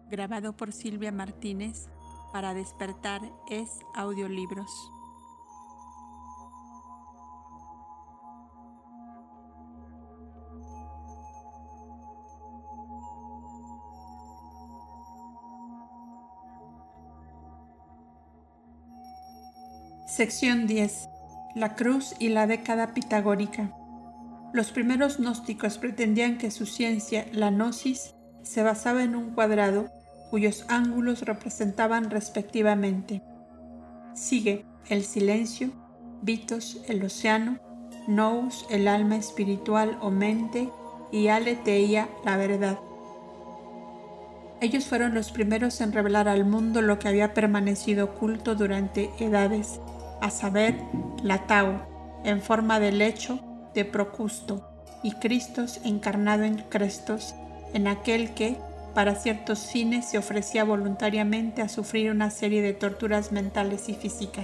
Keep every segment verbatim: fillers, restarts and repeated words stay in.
grabado por Silvia Martínez para Despertar es Audiolibros. Sección diez. La cruz y la década pitagórica. Los primeros gnósticos pretendían que su ciencia, la gnosis, se basaba en un cuadrado cuyos ángulos representaban respectivamente Sige, el silencio; Vitos, el océano; Nous, el alma espiritual o mente; y Aletheia, la verdad. Ellos fueron los primeros en revelar al mundo lo que había permanecido oculto durante edades, a saber, la Tao, en forma de lecho de Procusto, y Cristos encarnado en Crestos, en aquel que, para ciertos fines, se ofrecía voluntariamente a sufrir una serie de torturas mentales y físicas.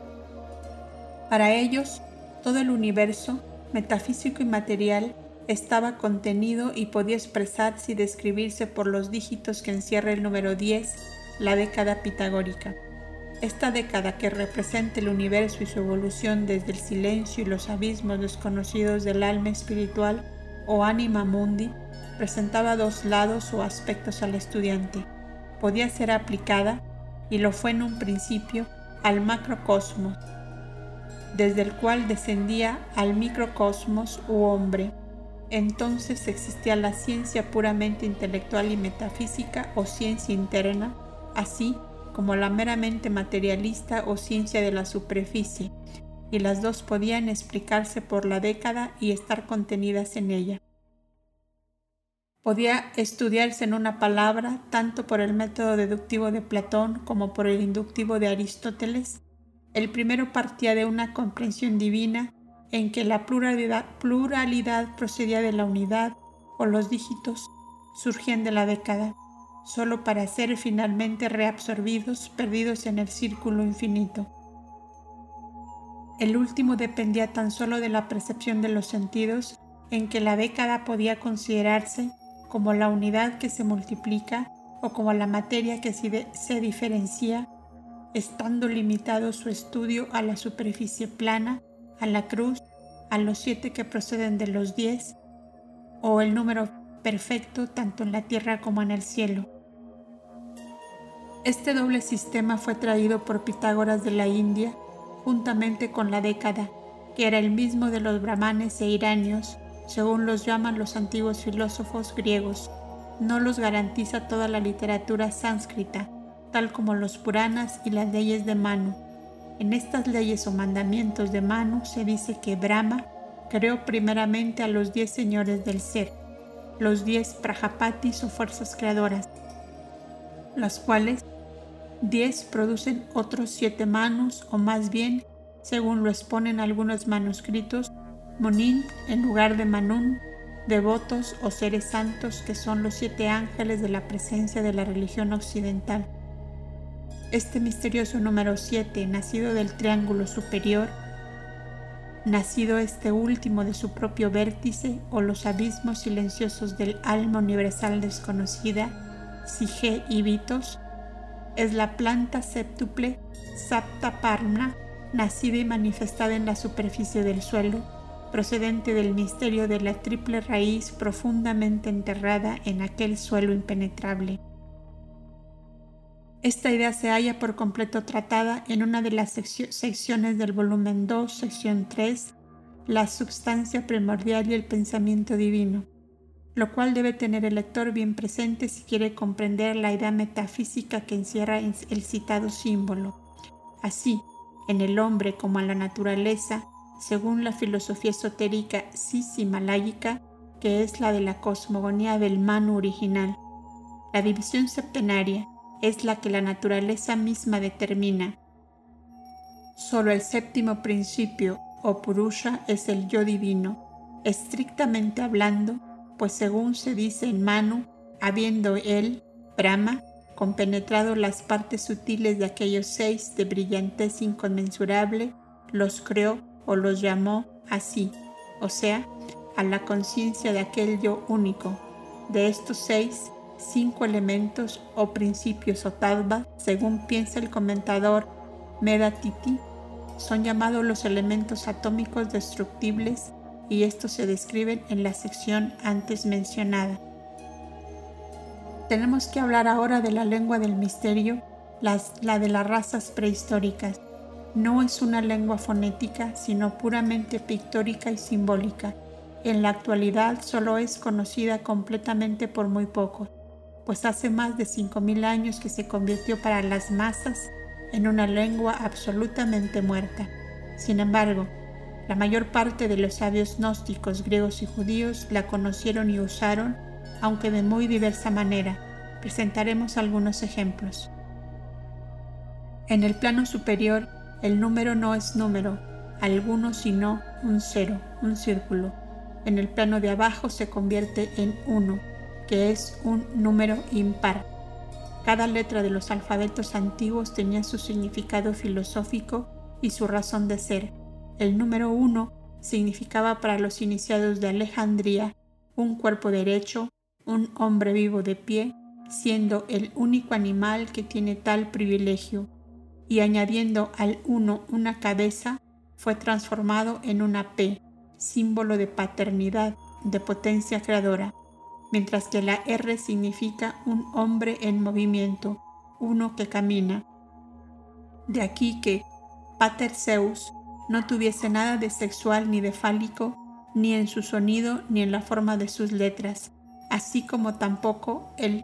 Para ellos, todo el universo, metafísico y material, estaba contenido y podía expresarse y describirse por los dígitos que encierra el número diez, la década pitagórica. Esta década, que representa el universo y su evolución desde el silencio y los abismos desconocidos del alma espiritual o anima mundi, presentaba dos lados o aspectos al estudiante. Podía ser aplicada, y lo fue en un principio, al macrocosmos, desde el cual descendía al microcosmos u hombre. Entonces existía la ciencia puramente intelectual y metafísica o ciencia interna, así como la meramente materialista o ciencia de la superficie, y las dos podían explicarse por la década y estar contenidas en ella. Podía estudiarse en una palabra tanto por el método deductivo de Platón como por el inductivo de Aristóteles. El primero partía de una comprensión divina en que la pluralidad, pluralidad procedía de la unidad, o los dígitos surgían de la década, solo para ser finalmente reabsorbidos, perdidos en el círculo infinito. El último dependía tan solo de la percepción de los sentidos, en que la década podía considerarse como la unidad que se multiplica o como la materia que se, de, se diferencia, estando limitado su estudio a la superficie plana, a la cruz, a los siete que proceden de los diez, o el número perfecto tanto en la tierra como en el cielo. Este doble sistema fue traído por Pitágoras de la India, juntamente con la década, que era el mismo de los brahmanes e iranios, según los llaman los antiguos filósofos griegos. No los garantiza toda la literatura sánscrita, tal como los Puranas y las leyes de Manu. En estas leyes o mandamientos de Manu se dice que Brahma creó primeramente a los diez señores del ser, los diez prajapatis o fuerzas creadoras, las cuales diez producen otros siete Manus, o más bien, según lo exponen algunos manuscritos, Munin en lugar de Manun, devotos o seres santos que son los siete ángeles de la presencia de la religión occidental. Este misterioso número siete, nacido del triángulo superior, nacido este último de su propio vértice o los abismos silenciosos del alma universal desconocida, Sige y Vitos, es la planta séptuple Saptaparna, nacida y manifestada en la superficie del suelo, procedente del misterio de la triple raíz profundamente enterrada en aquel suelo impenetrable. Esta idea se halla por completo tratada en una de las seccio- secciones del volumen dos, sección tres, la substancia primordial y el pensamiento divino, lo cual debe tener el lector bien presente si quiere comprender la idea metafísica que encierra el citado símbolo. Así, en el hombre como en la naturaleza, según la filosofía esotérica cis-himaláyica, que es la de la cosmogonía del Manu original, la división septenaria es la que la naturaleza misma determina. Solo el séptimo principio, o Purusha, es el yo divino, estrictamente hablando, pues según se dice en Manu, habiendo él, Brahma, compenetrado las partes sutiles de aquellos seis de brillantez inconmensurable, los creó o los llamó así, o sea, a la conciencia de aquel yo único. De estos seis, cinco elementos o principios o tattva, según piensa el comentador Medhatiti, son llamados los elementos atómicos destructibles y estos se describen en la sección antes mencionada. Tenemos que hablar ahora de la lengua del misterio, las, la de las razas prehistóricas. No es una lengua fonética, sino puramente pictórica y simbólica. En la actualidad solo es conocida completamente por muy pocos, pues hace más de cinco mil años que se convirtió para las masas en una lengua absolutamente muerta. Sin embargo, la mayor parte de los sabios gnósticos griegos y judíos la conocieron y usaron, aunque de muy diversa manera. Presentaremos algunos ejemplos. En el plano superior, el número no es número alguno, sino un cero, un círculo. En el plano de abajo se convierte en uno, que es un número impar. Cada letra de los alfabetos antiguos tenía su significado filosófico y su razón de ser. El número uno significaba para los iniciados de Alejandría un cuerpo derecho, un hombre vivo de pie, siendo el único animal que tiene tal privilegio, y añadiendo al uno una cabeza, fue transformado en una P, símbolo de paternidad, de potencia creadora, mientras que la R significa un hombre en movimiento, uno que camina. De aquí que Pater Zeus no tuviese nada de sexual ni de fálico, ni en su sonido ni en la forma de sus letras, así como tampoco el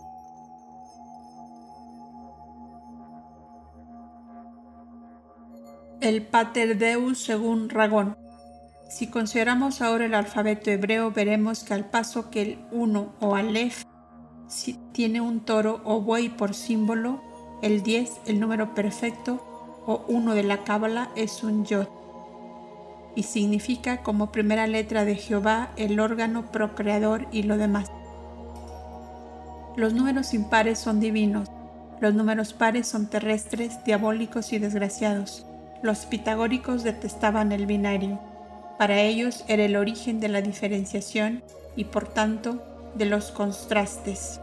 el Pater Deus según Ragón. Si consideramos ahora el alfabeto hebreo, veremos que al paso que el uno o Aleph tiene un toro o buey por símbolo, el diez, el número perfecto o uno de la Cábala, es un Yod y significa como primera letra de Jehová, el órgano procreador y lo demás. Los números impares son divinos, los números pares son terrestres, diabólicos y desgraciados. Los pitagóricos detestaban el binario. Para ellos era el origen de la diferenciación y, por tanto, de los contrastes,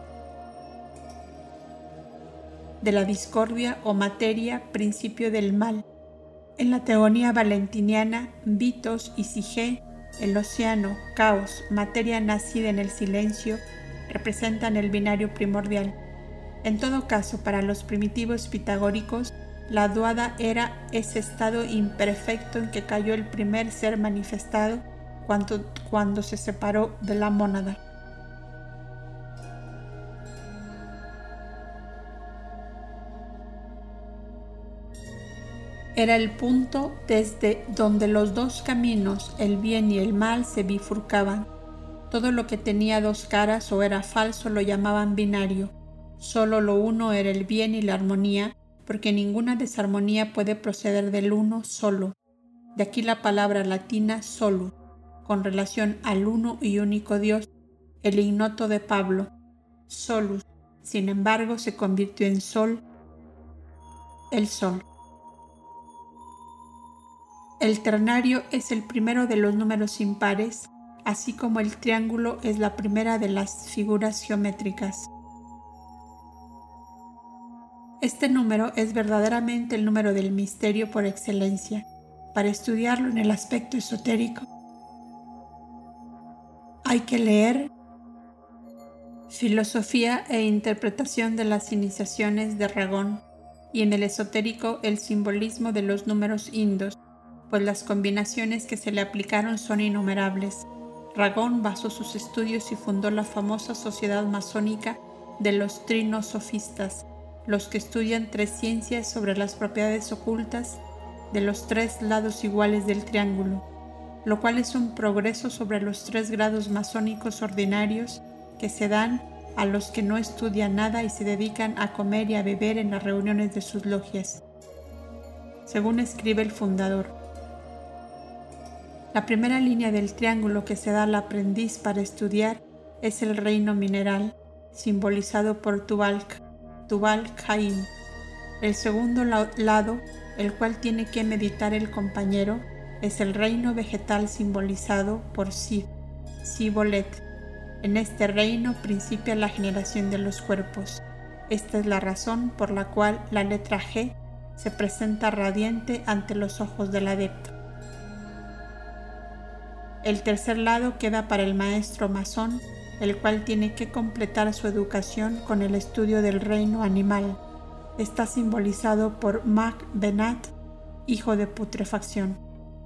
de la discordia o materia, principio del mal. En la teogonía valentiniana, Vitos y Sige, el océano, caos, materia nacida en el silencio, representan el binario primordial. En todo caso, para los primitivos pitagóricos, la duada era ese estado imperfecto en que cayó el primer ser manifestado cuando, cuando se separó de la mónada. Era el punto desde donde los dos caminos, el bien y el mal, se bifurcaban. Todo lo que tenía dos caras o era falso lo llamaban binario. Solo lo uno era el bien y la armonía, porque ninguna desarmonía puede proceder del uno solo. De aquí la palabra latina solus, con relación al uno y único Dios, el ignoto de Pablo. Solus, sin embargo, se convirtió en sol, el sol. El ternario es el primero de los números impares, así como el triángulo es la primera de las figuras geométricas. Este número es verdaderamente el número del misterio por excelencia. Para estudiarlo en el aspecto esotérico, hay que leer Filosofía e Interpretación de las Iniciaciones de Ragón y en el esotérico el simbolismo de los números indos, pues las combinaciones que se le aplicaron son innumerables. Ragón basó sus estudios y fundó la famosa sociedad masónica de los trinosofistas, los que estudian tres ciencias sobre las propiedades ocultas de los tres lados iguales del triángulo, lo cual es un progreso sobre los tres grados masónicos ordinarios que se dan a los que no estudian nada y se dedican a comer y a beber en las reuniones de sus logias. Según escribe el fundador, la primera línea del triángulo que se da al aprendiz para estudiar es el reino mineral, simbolizado por Tubal-Caín. Tubal-Caín. El segundo la lado, el cual tiene que meditar el compañero, es el reino vegetal simbolizado por Sib, Sibolet. En este reino principia la generación de los cuerpos. Esta es la razón por la cual la letra G se presenta radiante ante los ojos del adepto. El tercer lado queda para el maestro masón, el cual tiene que completar su educación con el estudio del reino animal. Está simbolizado por Mag Benat, hijo de putrefacción.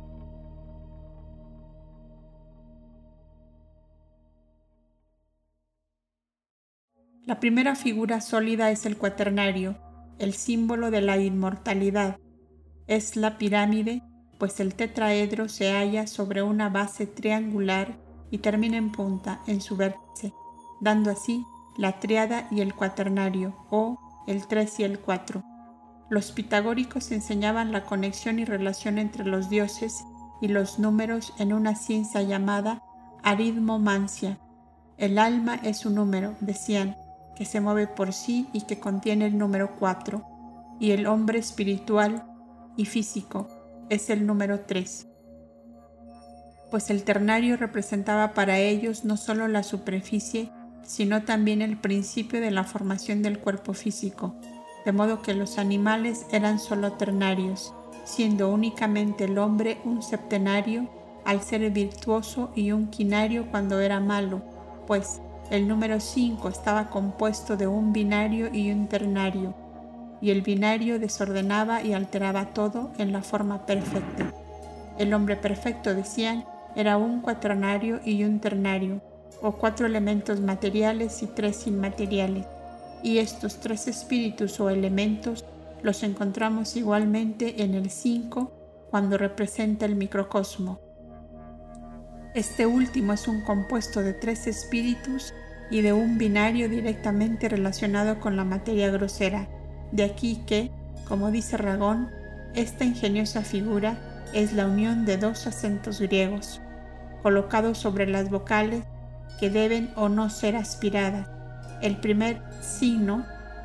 La primera figura sólida es el cuaternario, el símbolo de la inmortalidad. Es la pirámide, pues el tetraedro se halla sobre una base triangular y termina en punta en su vértice, dando así la tríada y el cuaternario, o el tres y el cuatro. Los pitagóricos enseñaban la conexión y relación entre los dioses y los números en una ciencia llamada aritmomancia. El alma es un número, decían, que se mueve por sí y que contiene el número cuatro, y el hombre espiritual y físico es el número tres. Pues el ternario representaba para ellos no solo la superficie, sino también el principio de la formación del cuerpo físico, de modo que los animales eran solo ternarios, siendo únicamente el hombre un septenario al ser virtuoso y un quinario cuando era malo, pues el número cinco estaba compuesto de un binario y un ternario, y el binario desordenaba y alteraba todo en la forma perfecta. El hombre perfecto, decían, era un cuaternario y un ternario, o cuatro elementos materiales y tres inmateriales, y estos tres espíritus o elementos los encontramos igualmente en el cinco cuando representa el microcosmo. Este último es un compuesto de tres espíritus y de un binario directamente relacionado con la materia grosera. De aquí que, como dice Ragón, esta ingeniosa figura es la unión de dos acentos griegos, colocados sobre las vocales que deben o no ser aspiradas. El primer signo,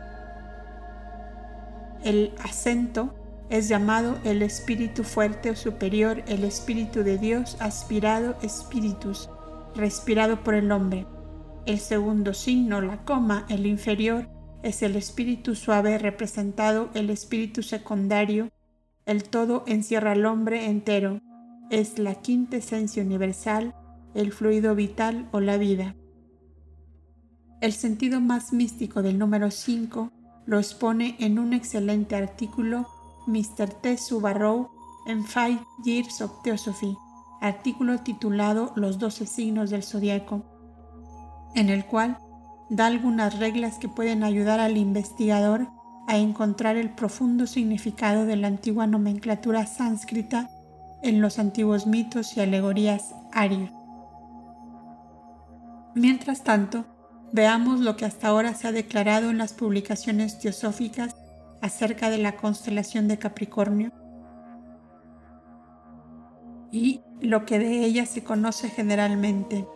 el acento, es llamado el espíritu fuerte o superior, el espíritu de Dios, aspirado espíritus, respirado por el hombre. El segundo signo, la coma, el inferior, es el espíritu suave, representado el espíritu secundario. El todo encierra al hombre entero, es la quinta esencia universal, el fluido vital o la vida. El sentido más místico del número cinco lo expone en un excelente artículo mister T. Subarrow en Five Years of Theosophy, artículo titulado Los doce signos del zodiaco, en el cual da algunas reglas que pueden ayudar al investigador a encontrar el profundo significado de la antigua nomenclatura sánscrita en los antiguos mitos y alegorías arios. Mientras tanto, veamos lo que hasta ahora se ha declarado en las publicaciones teosóficas acerca de la constelación de Capricornio y lo que de ella se conoce generalmente.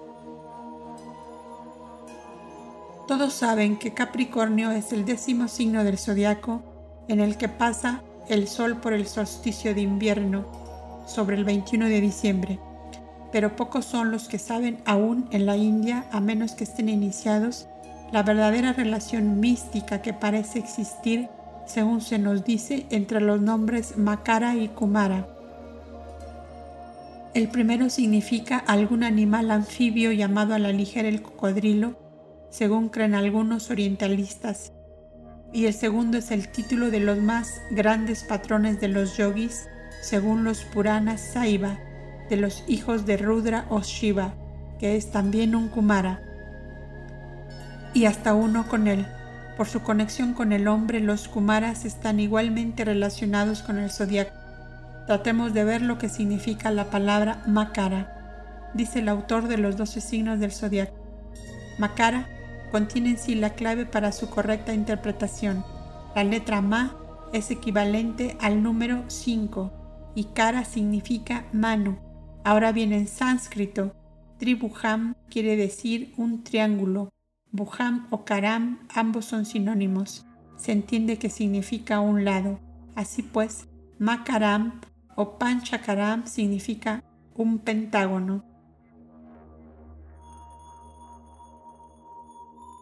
Todos saben que Capricornio es el décimo signo del zodiaco en el que pasa el Sol por el solsticio de invierno sobre el veintiuno de diciembre, pero pocos son los que saben aún en la India, a menos que estén iniciados, la verdadera relación mística que parece existir, según se nos dice, entre los nombres Makara y Kumara. El primero significa algún animal anfibio llamado a la ligera el cocodrilo, según creen algunos orientalistas, y el segundo es el título de los más grandes patrones de los yogis, según los Puranas Saiva, de los hijos de Rudra o Shiva, que es también un Kumara, y hasta uno con él. Por su conexión con el hombre, los Kumaras están igualmente relacionados con el zodiaco. Tratemos de ver lo que significa la palabra Makara. Dice el autor de los doce signos del zodiaco. Makara contiene en sí la clave para su correcta interpretación. La letra Ma es equivalente al número cinco y Kara significa mano. Ahora bien, en sánscrito, Tribhujam quiere decir un triángulo. Bhujam o Karam ambos son sinónimos. Se entiende que significa un lado. Así pues, Makaram o Panchakaram significa un pentágono.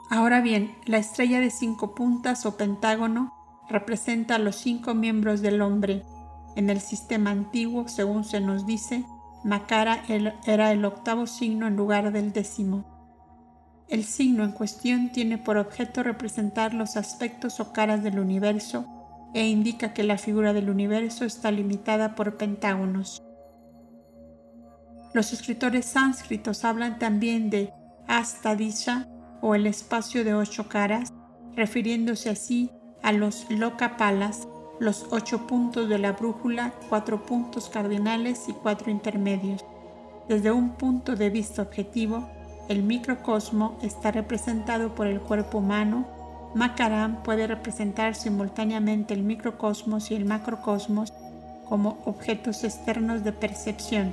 Ahora bien, la estrella de cinco puntas o pentágono representa a los cinco miembros del hombre. En el sistema antiguo, según se nos dice, Makara era el octavo signo en lugar del décimo. El signo en cuestión tiene por objeto representar los aspectos o caras del universo e indica que la figura del universo está limitada por pentágonos. Los escritores sánscritos hablan también de Astadisha o el espacio de ocho caras, refiriéndose así a los lokapalas, los ocho puntos de la brújula, cuatro puntos cardinales y cuatro intermedios. Desde un punto de vista objetivo, el microcosmo está representado por el cuerpo humano. Makaram puede representar simultáneamente el microcosmos y el macrocosmos como objetos externos de percepción.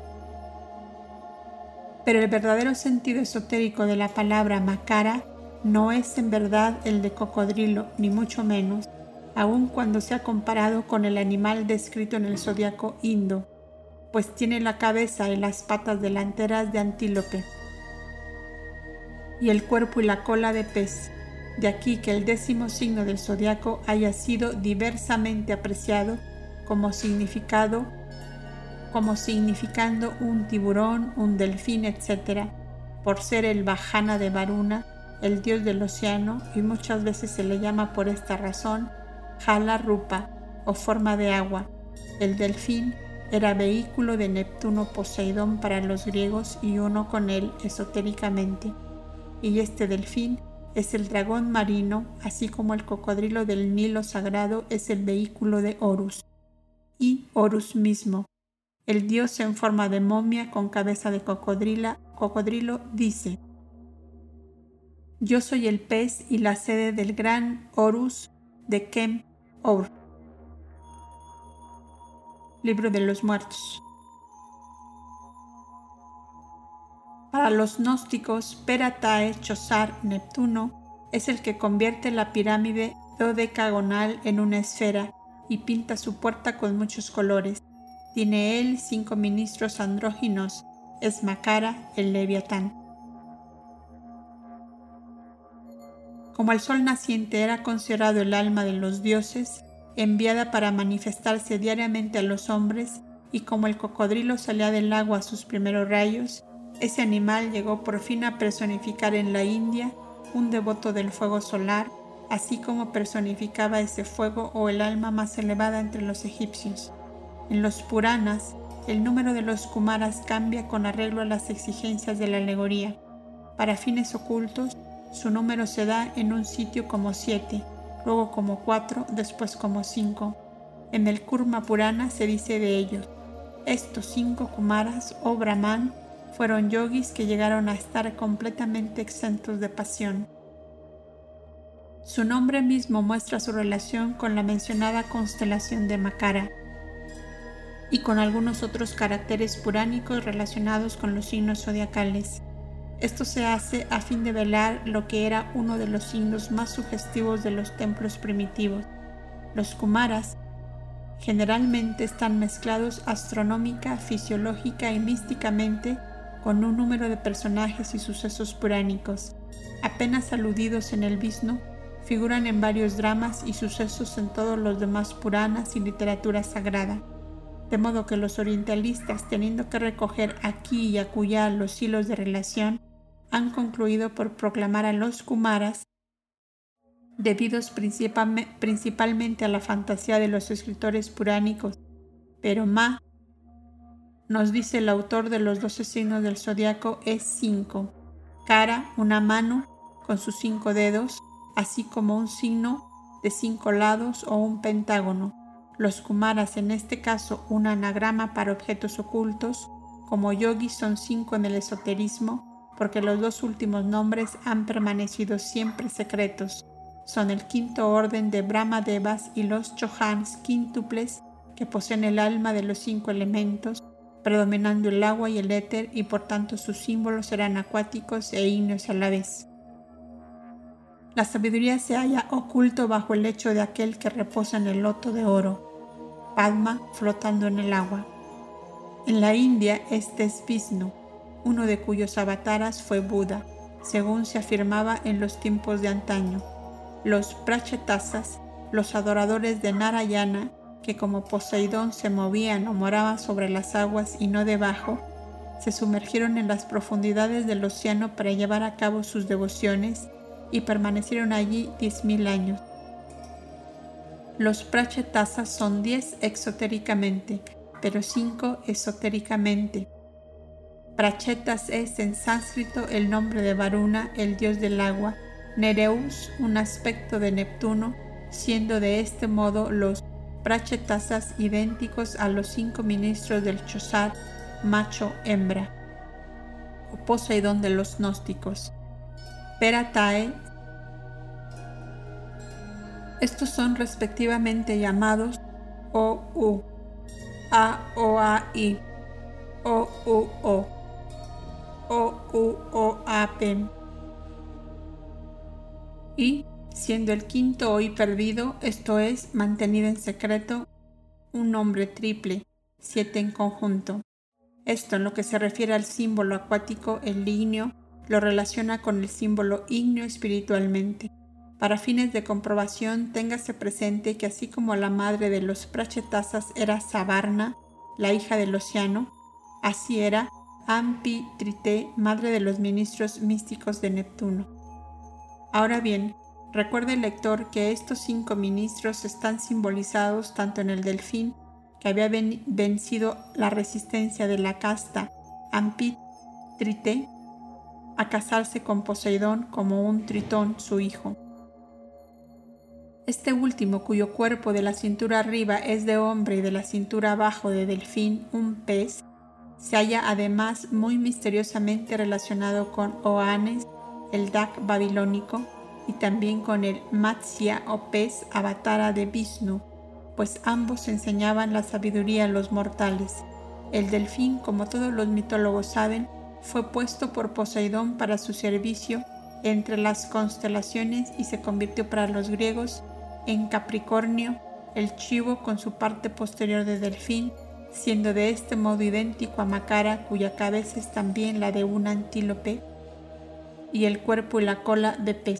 Pero el verdadero sentido esotérico de la palabra Makara no es en verdad el de cocodrilo, ni mucho menos, aun cuando sea comparado con el animal descrito en el zodiaco indo, pues tiene la cabeza y las patas delanteras de antílope y el cuerpo y la cola de pez. De aquí que el décimo signo del zodiaco haya sido diversamente apreciado como significado, como significando un tiburón, un delfín, etcétera, por ser el Vajana de Varuna, el dios del océano, y muchas veces se le llama por esta razón Jala Rupa o forma de agua. El delfín era vehículo de Neptuno Poseidón para los griegos y uno con él esotéricamente. Y este delfín es el dragón marino, así como el cocodrilo del Nilo sagrado es el vehículo de Horus. Y Horus mismo, el dios en forma de momia con cabeza de cocodrila, cocodrilo, dice: Yo soy el pez y la sede del gran Horus de Kem-Or. Libro de los Muertos. Para los gnósticos, Peratae Chosar, Neptuno, es el que convierte la pirámide dodecagonal en una esfera y pinta su puerta con muchos colores. Tiene él cinco ministros andróginos, es Makara, el Leviatán. Como el sol naciente era considerado el alma de los dioses, enviada para manifestarse diariamente a los hombres, y como el cocodrilo salía del agua a sus primeros rayos, ese animal llegó por fin a personificar en la India un devoto del fuego solar, así como personificaba ese fuego o el alma más elevada entre los egipcios. En los Puranas, el número de los Kumaras cambia con arreglo a las exigencias de la alegoría. Para fines ocultos, su número se da en un sitio como siete, luego como cuatro, después como cinco. En el Kurma Purana se dice de ellos: estos cinco Kumaras o Brahman fueron yogis que llegaron a estar completamente exentos de pasión. Su nombre mismo muestra su relación con la mencionada constelación de Makara y con algunos otros caracteres puránicos relacionados con los signos zodiacales. Esto se hace a fin de velar lo que era uno de los signos más sugestivos de los templos primitivos. Los Kumaras generalmente están mezclados astronómica, fisiológica y místicamente con un número de personajes y sucesos puránicos, apenas aludidos en el Vishnu, figuran en varios dramas y sucesos en todos los demás Puranas y literatura sagrada, de modo que los orientalistas, teniendo que recoger aquí y acullá los hilos de relación, han concluido por proclamar a los Kumaras, debidos principalmente a la fantasía de los escritores puránicos, pero Ma, nos dice el autor de los doce signos del zodiaco, es cinco. Cara, una mano con sus cinco dedos, así como un signo de cinco lados o un pentágono. Los Kumaras, en este caso un anagrama para objetos ocultos. Como yogis son cinco en el esoterismo, porque los dos últimos nombres han permanecido siempre secretos. Son el quinto orden de Brahmadevas y los Chohans quíntuples que poseen el alma de los cinco elementos, predominando el agua y el éter, y por tanto sus símbolos serán acuáticos e ígneos a la vez. La sabiduría se halla oculto bajo el lecho de aquel que reposa en el loto de oro, Padma, flotando en el agua. En la India este es Vishnu, uno de cuyos avataras fue Buda. según se afirmaba en los tiempos de antaño. Los prachetasas, los adoradores de Narayana, que como Poseidón se movían o moraban sobre las aguas y no debajo, se sumergieron en las profundidades del océano para llevar a cabo sus devociones y permanecieron allí diez mil años. Los prachetasas son diez exotéricamente, pero cinco esotéricamente. Prachetas es en sánscrito el nombre de Varuna, el dios del agua, Nereus, un aspecto de Neptuno, siendo de este modo los prachetasas idénticos a los cinco ministros del Chosar, macho-hembra, o Poseidón de los gnósticos. Peratae. Estos son respectivamente llamados O-U, A-O-A-I, O-U-O, O-U-O-A-P, y, siendo el quinto hoy perdido, esto es, mantenido en secreto, un nombre triple, siete en conjunto. Esto, en lo que se refiere al símbolo acuático, el ignio, lo relaciona con el símbolo ignio espiritualmente. Para fines de comprobación, téngase presente que así como la madre de los prachetasas era Savarna, la hija del océano, así era Ampitrite, madre de los ministros místicos de Neptuno. Ahora bien, recuerde el lector que estos cinco ministros están simbolizados tanto en el delfín, que había ven vencido la resistencia de la casta Ampitrite a casarse con Poseidón, como un tritón, su hijo. Este último, cuyo cuerpo de la cintura arriba es de hombre y de la cintura abajo de delfín, un pez, se halla además muy misteriosamente relacionado con Oannes, el Dak babilónico, y también con el Matsya o pez avatara de Vishnu, pues ambos enseñaban la sabiduría a los mortales. El delfín, como todos los mitólogos saben, fue puesto por Poseidón para su servicio entre las constelaciones y se convirtió para los griegos en Capricornio, el chivo con su parte posterior de delfín, siendo de este modo idéntico a Macara, cuya cabeza es también la de un antílope, y el cuerpo y la cola de pez.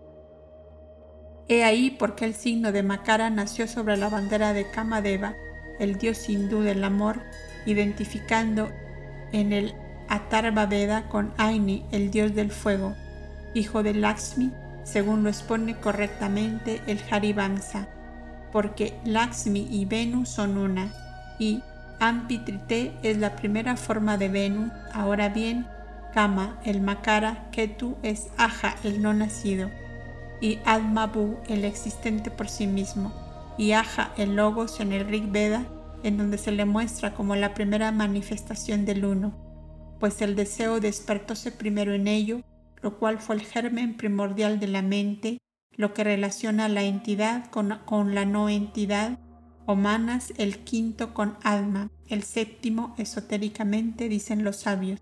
He ahí por qué el signo de Macara nació sobre la bandera de Kamadeva, el dios hindú del amor, identificando en el Atharva Veda con Agni, el dios del fuego, hijo de Lakshmi, según lo expone correctamente el Harivamsa, porque Lakshmi y Venus son una, y Ampitrite es la primera forma de Venus. Ahora bien, Kama, el Makara, Ketu es Aja, el no nacido, y Admabu, el existente por sí mismo, y Aja, el Logos en el Rig Veda, en donde se le muestra como la primera manifestación del uno, pues el deseo despertóse primero en ello, lo cual fue el germen primordial de la mente, lo que relaciona la entidad con, con la no entidad, o Manas, el quinto con Alma, el séptimo esotéricamente, dicen los sabios.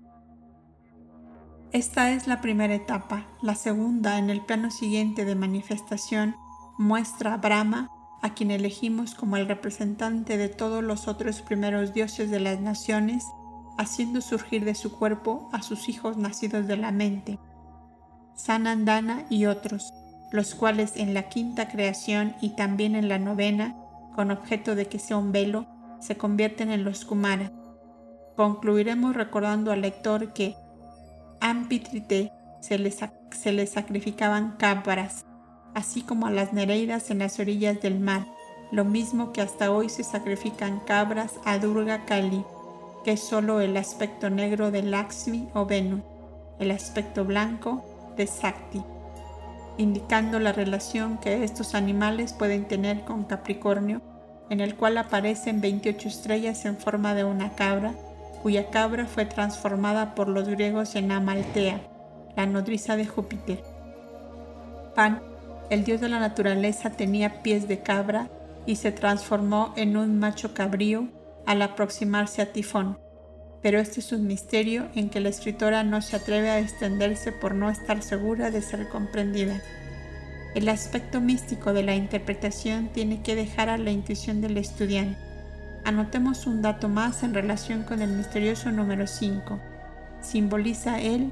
Esta es la primera etapa. La segunda, en el plano siguiente de manifestación, muestra a Brahma, a quien elegimos como el representante de todos los otros primeros dioses de las naciones, haciendo surgir de su cuerpo a sus hijos nacidos de la mente, Sanandana y otros, los cuales en la quinta creación y también en la novena, con objeto de que sea un velo, se convierten en los Kumara. Concluiremos recordando al lector que Ampitrite se les, se les sacrificaban cabras, así como a las nereidas en las orillas del mar, lo mismo que hasta hoy se sacrifican cabras a Durga Kali, que es solo el aspecto negro de Lakshmi o Venus, el aspecto blanco de Sakti, indicando la relación que estos animales pueden tener con Capricornio, en el cual aparecen veintiocho estrellas en forma de una cabra, cuya cabra fue transformada por los griegos en Amaltea, la nodriza de Júpiter. Pan, el dios de la naturaleza, tenía pies de cabra y se transformó en un macho cabrío al aproximarse a Tifón, pero este es un misterio en que la escritora no se atreve a extenderse por no estar segura de ser comprendida. El aspecto místico de la interpretación tiene que dejar a la intuición del estudiante. Anotemos un dato más en relación con el misterioso número cinco. Simboliza él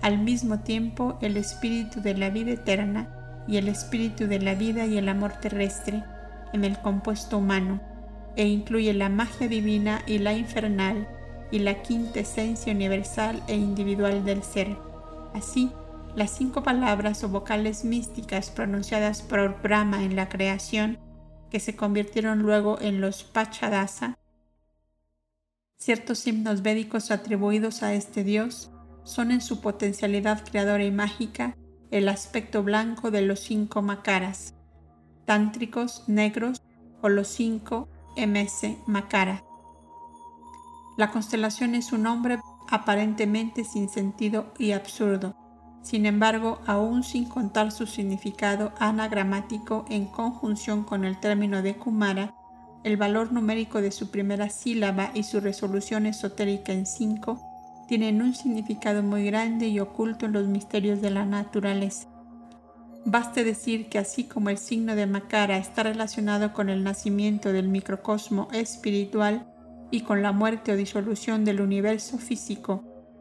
al mismo tiempo el espíritu de la vida eterna y el espíritu de la vida y el amor terrestre en el compuesto humano, e incluye la magia divina y la infernal y la quinta esencia universal e individual del ser. Así, las cinco palabras o vocales místicas pronunciadas por Brahma en la creación, que se convirtieron luego en los Pachadasa, ciertos himnos védicos atribuidos a este dios, son en su potencialidad creadora y mágica el aspecto blanco de los cinco makaras, tántricos negros o los cinco M S makara. La constelación es un nombre aparentemente sin sentido y absurdo. Sin embargo, aún sin contar su significado anagramático en conjunción con el término de Kumara, el valor numérico de su primera sílaba y su resolución esotérica en cinco tienen un significado muy grande y oculto en los misterios de la naturaleza. Baste decir que así como el signo de Makara está relacionado con el nacimiento del microcosmo espiritual y con la muerte o disolución del universo físico,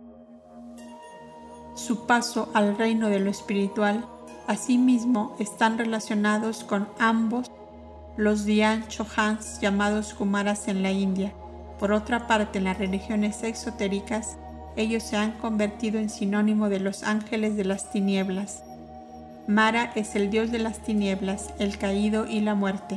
su paso al reino de lo espiritual, asimismo están relacionados con ambos los Dhyan Chohans llamados Kumaras en la India. Por otra parte, en las religiones exotéricas, ellos se han convertido en sinónimo de los ángeles de las tinieblas. Mara es el dios de las tinieblas, el caído y la muerte.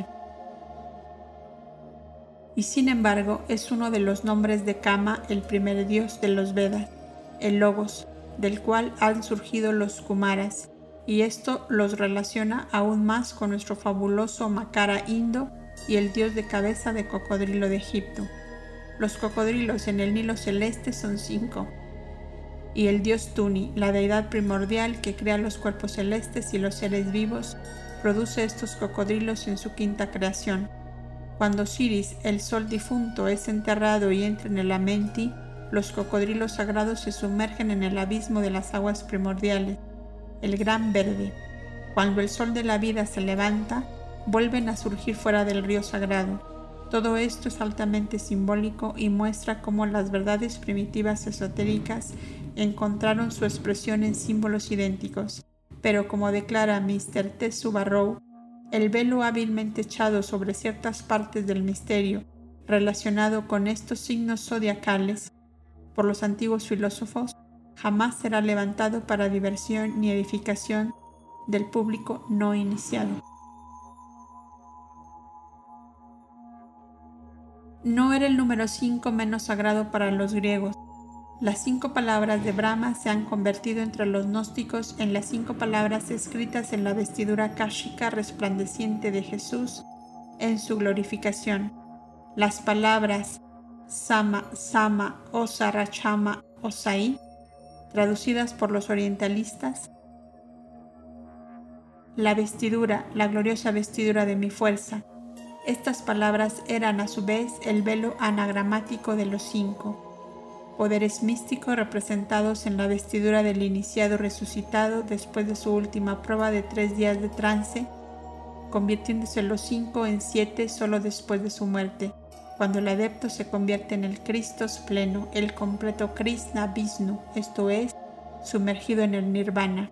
Y sin embargo, es uno de los nombres de Kama, el primer dios de los Vedas, el Logos, del cual han surgido los Kumaras, y esto los relaciona aún más con nuestro fabuloso Makara indo y el dios de cabeza de cocodrilo de Egipto. Los cocodrilos en el Nilo celeste son cinco, y el dios Tuni, la deidad primordial que crea los cuerpos celestes y los seres vivos, produce estos cocodrilos en su quinta creación. Cuando Osiris, el sol difunto, es enterrado y entra en el Amenti, los cocodrilos sagrados se sumergen en el abismo de las aguas primordiales, el gran verde. Cuando el sol de la vida se levanta, vuelven a surgir fuera del río sagrado. Todo esto es altamente simbólico y muestra cómo las verdades primitivas esotéricas encontraron su expresión en símbolos idénticos. Pero como declara míster Tessu Barrow, el velo hábilmente echado sobre ciertas partes del misterio relacionado con estos signos zodiacales por los antiguos filósofos jamás será levantado para diversión ni edificación del público no iniciado. No era el número cinco menos sagrado para los griegos. Las cinco palabras de Brahma se han convertido entre los gnósticos en las cinco palabras escritas en la vestidura káshica resplandeciente de Jesús en su glorificación. Las palabras Sama, Sama, Osa, Rachama, Osai, traducidas por los orientalistas, la vestidura, la gloriosa vestidura de mi fuerza. Estas palabras eran a su vez el velo anagramático de los cinco, poderes místicos representados en la vestidura del iniciado resucitado después de su última prueba de tres días de trance, convirtiéndose los cinco en siete solo después de su muerte, cuando el adepto se convierte en el Christos pleno, el completo Krishna Vishnu, esto es, sumergido en el Nirvana.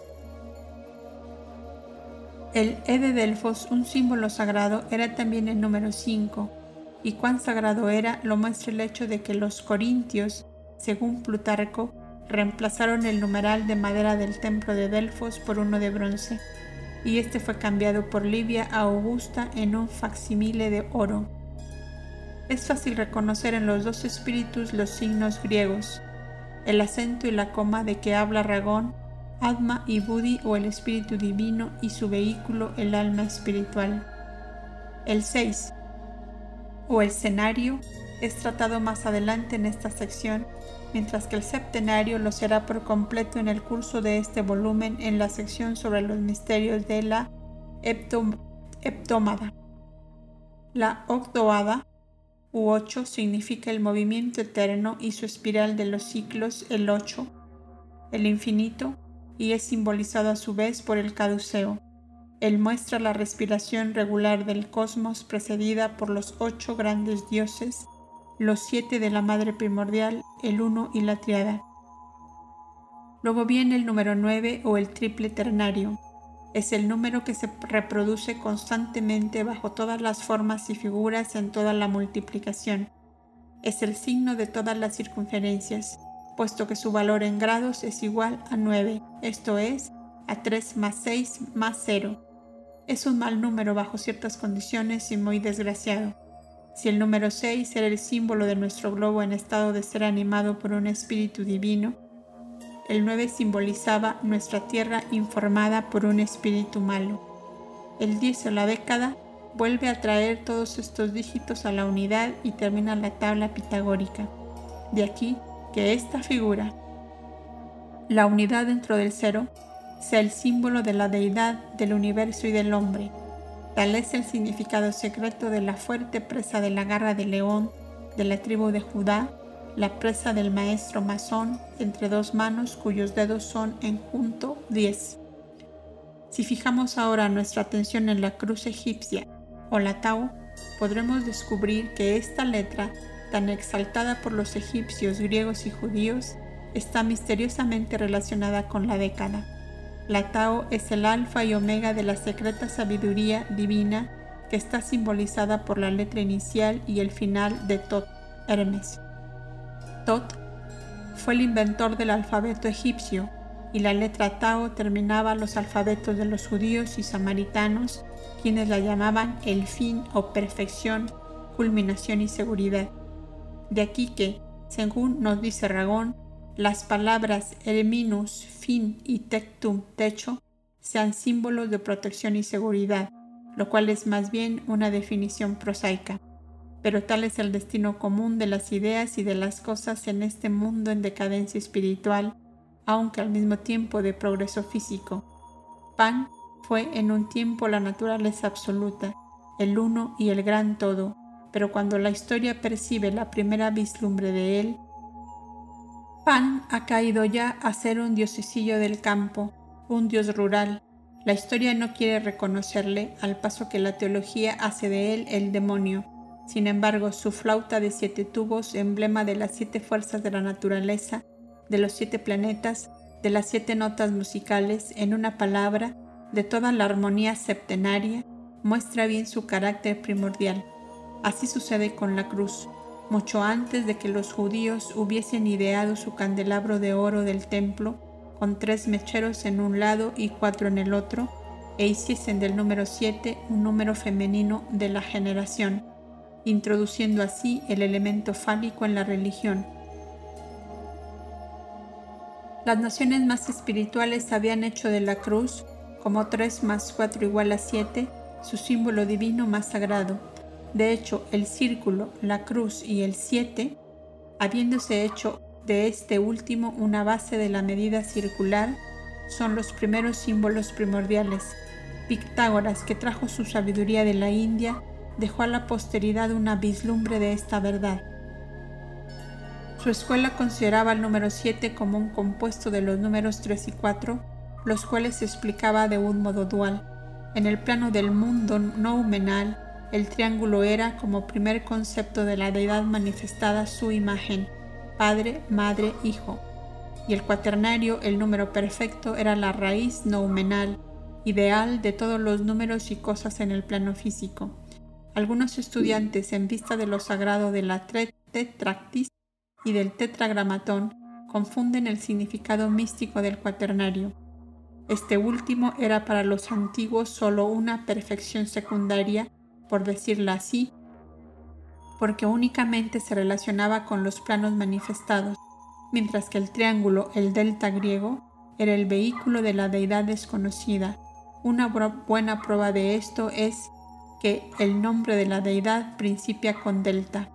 El E de Delfos, un símbolo sagrado, era también el número cinco, y cuán sagrado era lo muestra el hecho de que los corintios, según Plutarco, reemplazaron el numeral de madera del templo de Delfos por uno de bronce, y este fue cambiado por Livia Augusta en un facsimile de oro. Es fácil reconocer en los dos espíritus los signos griegos, el acento y la coma de que habla Ragón, Atma y Buddhi o el espíritu divino y su vehículo el alma espiritual. El seis, o el cenario, es tratado más adelante en esta sección, mientras que el septenario lo será por completo en el curso de este volumen en la sección sobre los misterios de la heptom- heptómada. La octoada, u ocho, significa el movimiento eterno y su espiral de los ciclos, el ocho, el infinito, y es simbolizado a su vez por el caduceo. Él muestra la respiración regular del cosmos precedida por los ocho grandes dioses, los siete de la madre primordial, el uno y la triada. Luego viene el número nueve o el triple ternario. Es el número que se reproduce constantemente bajo todas las formas y figuras en toda la multiplicación. Es el signo de todas las circunferencias, puesto que su valor en grados es igual a nueve, esto es, a tres más seis más cero. Es un mal número bajo ciertas condiciones y muy desgraciado. Si el número seis era el símbolo de nuestro globo en estado de ser animado por un espíritu divino, el nueve simbolizaba nuestra tierra informada por un espíritu malo. El diez o la década vuelve a traer todos estos dígitos a la unidad y termina la tabla pitagórica. De aquí que esta figura, la unidad dentro del cero, sea el símbolo de la deidad, del universo y del hombre. Tal es el significado secreto de la fuerte presa de la garra del león, de la tribu de Judá, la presa del maestro masón entre dos manos cuyos dedos son en junto diez. Si fijamos ahora nuestra atención en la cruz egipcia o la Tau, podremos descubrir que esta letra, tan exaltada por los egipcios, griegos y judíos, está misteriosamente relacionada con la década. La Tau es el alfa y omega de la secreta sabiduría divina que está simbolizada por la letra inicial y el final de Tot, Hermes. Tot fue el inventor del alfabeto egipcio y la letra Tau terminaba los alfabetos de los judíos y samaritanos, quienes la llamaban el fin o perfección, culminación y seguridad. De aquí que, según nos dice Ragón, las palabras erminus, fin y tectum, techo, sean símbolos de protección y seguridad, lo cual es más bien una definición prosaica. Pero tal es el destino común de las ideas y de las cosas en este mundo en decadencia espiritual, aunque al mismo tiempo de progreso físico. Pan fue en un tiempo la naturaleza absoluta, el uno y el gran todo, pero cuando la historia percibe la primera vislumbre de él, Pan ha caído ya a ser un diosecillo del campo, un dios rural. La historia no quiere reconocerle, al paso que la teología hace de él el demonio. Sin embargo, su flauta de siete tubos, emblema de las siete fuerzas de la naturaleza, de los siete planetas, de las siete notas musicales, en una palabra, de toda la armonía septenaria, muestra bien su carácter primordial. Así sucede con la cruz. Mucho antes de que los judíos hubiesen ideado su candelabro de oro del templo, con tres mecheros en un lado y cuatro en el otro, e hiciesen del número siete un número femenino de la generación, introduciendo así el elemento fálico en la religión. Las naciones más espirituales habían hecho de la cruz, como tres más cuatro igual a siete, su símbolo divino más sagrado. De hecho, el círculo, la cruz y el siete, habiéndose hecho de este último una base de la medida circular, son los primeros símbolos primordiales. Pitágoras, que trajo su sabiduría de la India, dejó a la posteridad una vislumbre de esta verdad. Su escuela consideraba el número siete como un compuesto de los números tres y cuatro, los cuales se explicaba de un modo dual. En el plano del mundo noumenal, el triángulo era, como primer concepto de la deidad manifestada, su imagen, Padre, Madre, Hijo, y el cuaternario, el número perfecto, era la raíz noumenal, ideal de todos los números y cosas en el plano físico. Algunos estudiantes, en vista de lo sagrado de la tetractis y del tetragramatón, confunden el significado místico del cuaternario. Este último era para los antiguos solo una perfección secundaria, por decirlo así, porque únicamente se relacionaba con los planos manifestados, mientras que el triángulo, el delta griego, era el vehículo de la deidad desconocida. Una buena prueba de esto es que el nombre de la deidad principia con delta.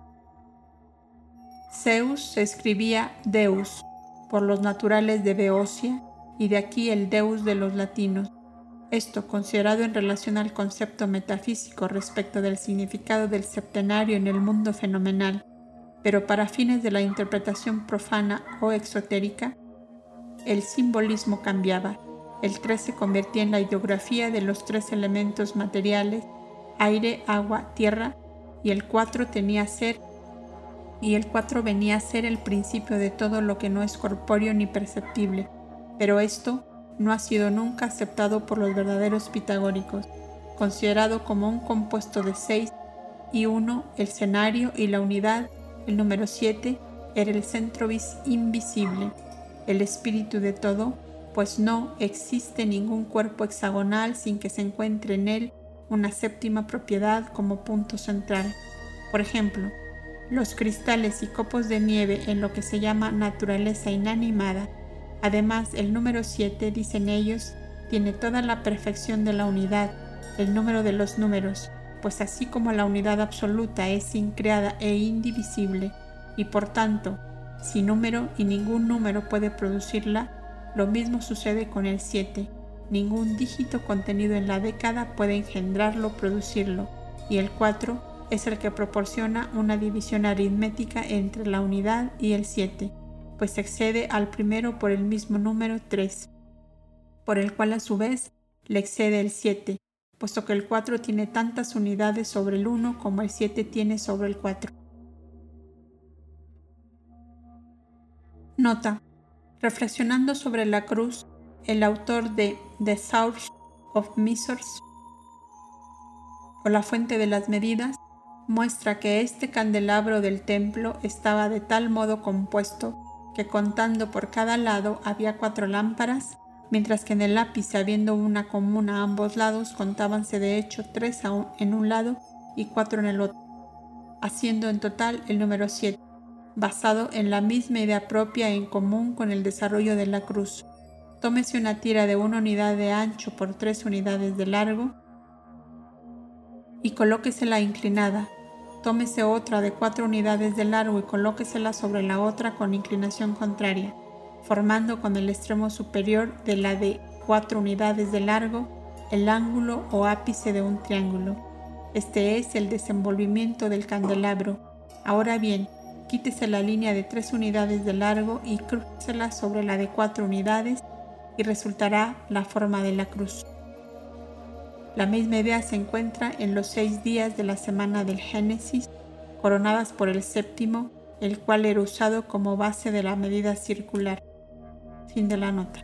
Zeus se escribía Deus por los naturales de Beocia, y de aquí el Deus de los latinos. Esto considerado en relación al concepto metafísico respecto del significado del septenario en el mundo fenomenal, pero para fines de la interpretación profana o exotérica, el simbolismo cambiaba. El tres se convertía en la ideografía de los tres elementos materiales, aire, agua, tierra, y el cuatro tenía a ser y el cuatro venía a ser el principio de todo lo que no es corpóreo ni perceptible. pero esto no ha sido nunca aceptado por los verdaderos pitagóricos, considerado como un compuesto de seis y uno, el escenario y la unidad, el número siete, era el centro invisible, el espíritu de todo, pues no existe ningún cuerpo hexagonal sin que se encuentre en él una séptima propiedad como punto central. Por ejemplo, los cristales y copos de nieve en lo que se llama naturaleza inanimada. Además, el número siete, dicen ellos, tiene toda la perfección de la unidad, el número de los números, pues así como la unidad absoluta es increada e indivisible, y por tanto, sin número y ningún número puede producirla, lo mismo sucede con el siete. Ningún dígito contenido en la década puede engendrarlo o producirlo, y el cuatro es el que proporciona una división aritmética entre la unidad y el siete, pues excede al primero por el mismo número tres, por el cual a su vez le excede el siete, puesto que el cuatro tiene tantas unidades sobre el uno como el siete tiene sobre el cuatro. Nota: reflexionando sobre la cruz, el autor de The Source of Measures, o la fuente de las medidas, muestra que este candelabro del templo estaba de tal modo compuesto que contando por cada lado había cuatro lámparas, mientras que en el ápice, habiendo una común a ambos lados, contábanse de hecho tres en un lado y cuatro en el otro, haciendo en total el número siete, basado en la misma idea propia e en común con el desarrollo de la cruz. Tómese una tira de una unidad de ancho por tres unidades de largo y colóquesela inclinada. Tómese otra de cuatro unidades de largo y colóquesela sobre la otra con inclinación contraria, formando con el extremo superior de la de cuatro unidades de largo el ángulo o ápice de un triángulo. Este es el desenvolvimiento del candelabro. Ahora bien, quítese la línea de tres unidades de largo y crúcela sobre la de cuatro unidades y resultará la forma de la cruz. La misma idea se encuentra en los seis días de la semana del Génesis, coronadas por el séptimo, el cual era usado como base de la medida circular. Fin de la nota.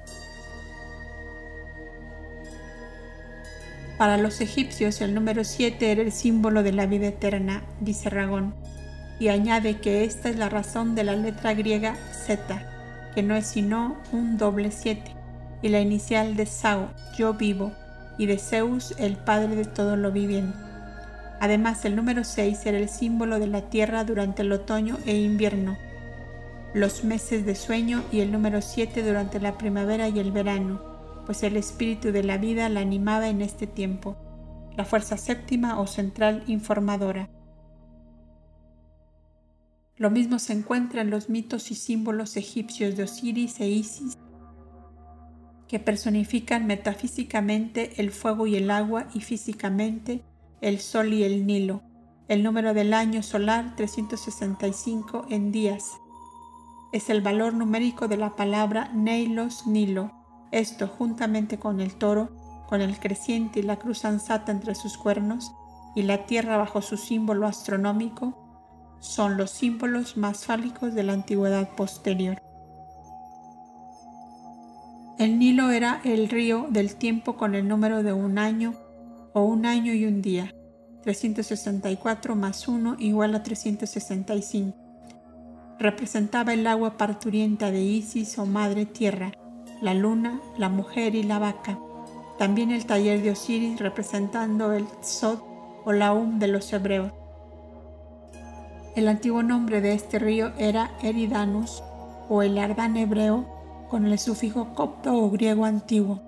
Para los egipcios el número siete era el símbolo de la vida eterna, dice Ragón, y añade que esta es la razón de la letra griega zeta, que no es sino un doble siete, y la inicial de Sau, yo vivo, y de Zeus, el padre de todo lo viviente. Además, el número seis era el símbolo de la tierra durante el otoño e invierno, los meses de sueño, y el número siete durante la primavera y el verano, pues el espíritu de la vida la animaba en este tiempo, la fuerza séptima o central informadora. Lo mismo se encuentra en los mitos y símbolos egipcios de Osiris e Isis, que personifican metafísicamente el fuego y el agua y físicamente el sol y el Nilo. El número del año solar trescientos sesenta y cinco en días es el valor numérico de la palabra Neilos, Nilo. Esto, juntamente con el toro, con el creciente y la cruz ansata entre sus cuernos, y la tierra bajo su símbolo astronómico, son los símbolos más fálicos de la antigüedad posterior. El Nilo era el río del tiempo con el número de un año o un año y un día, trescientos sesenta y cuatro más uno igual a trescientos sesenta y cinco. Representaba el agua parturienta de Isis o Madre Tierra, la luna, la mujer y la vaca. También el taller de Osiris representando el Tzod o la Um de los hebreos. El antiguo nombre de este río era Eridanus o el Ardán hebreo, con el sufijo copto o griego antiguo.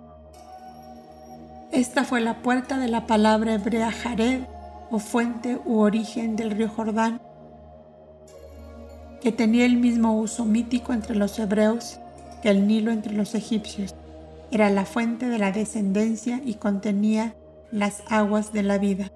Esta fue la puerta de la palabra hebrea Jared, o fuente u origen del río Jordán, que tenía el mismo uso mítico entre los hebreos que el Nilo entre los egipcios. Era la fuente de la descendencia y contenía las aguas de la vida.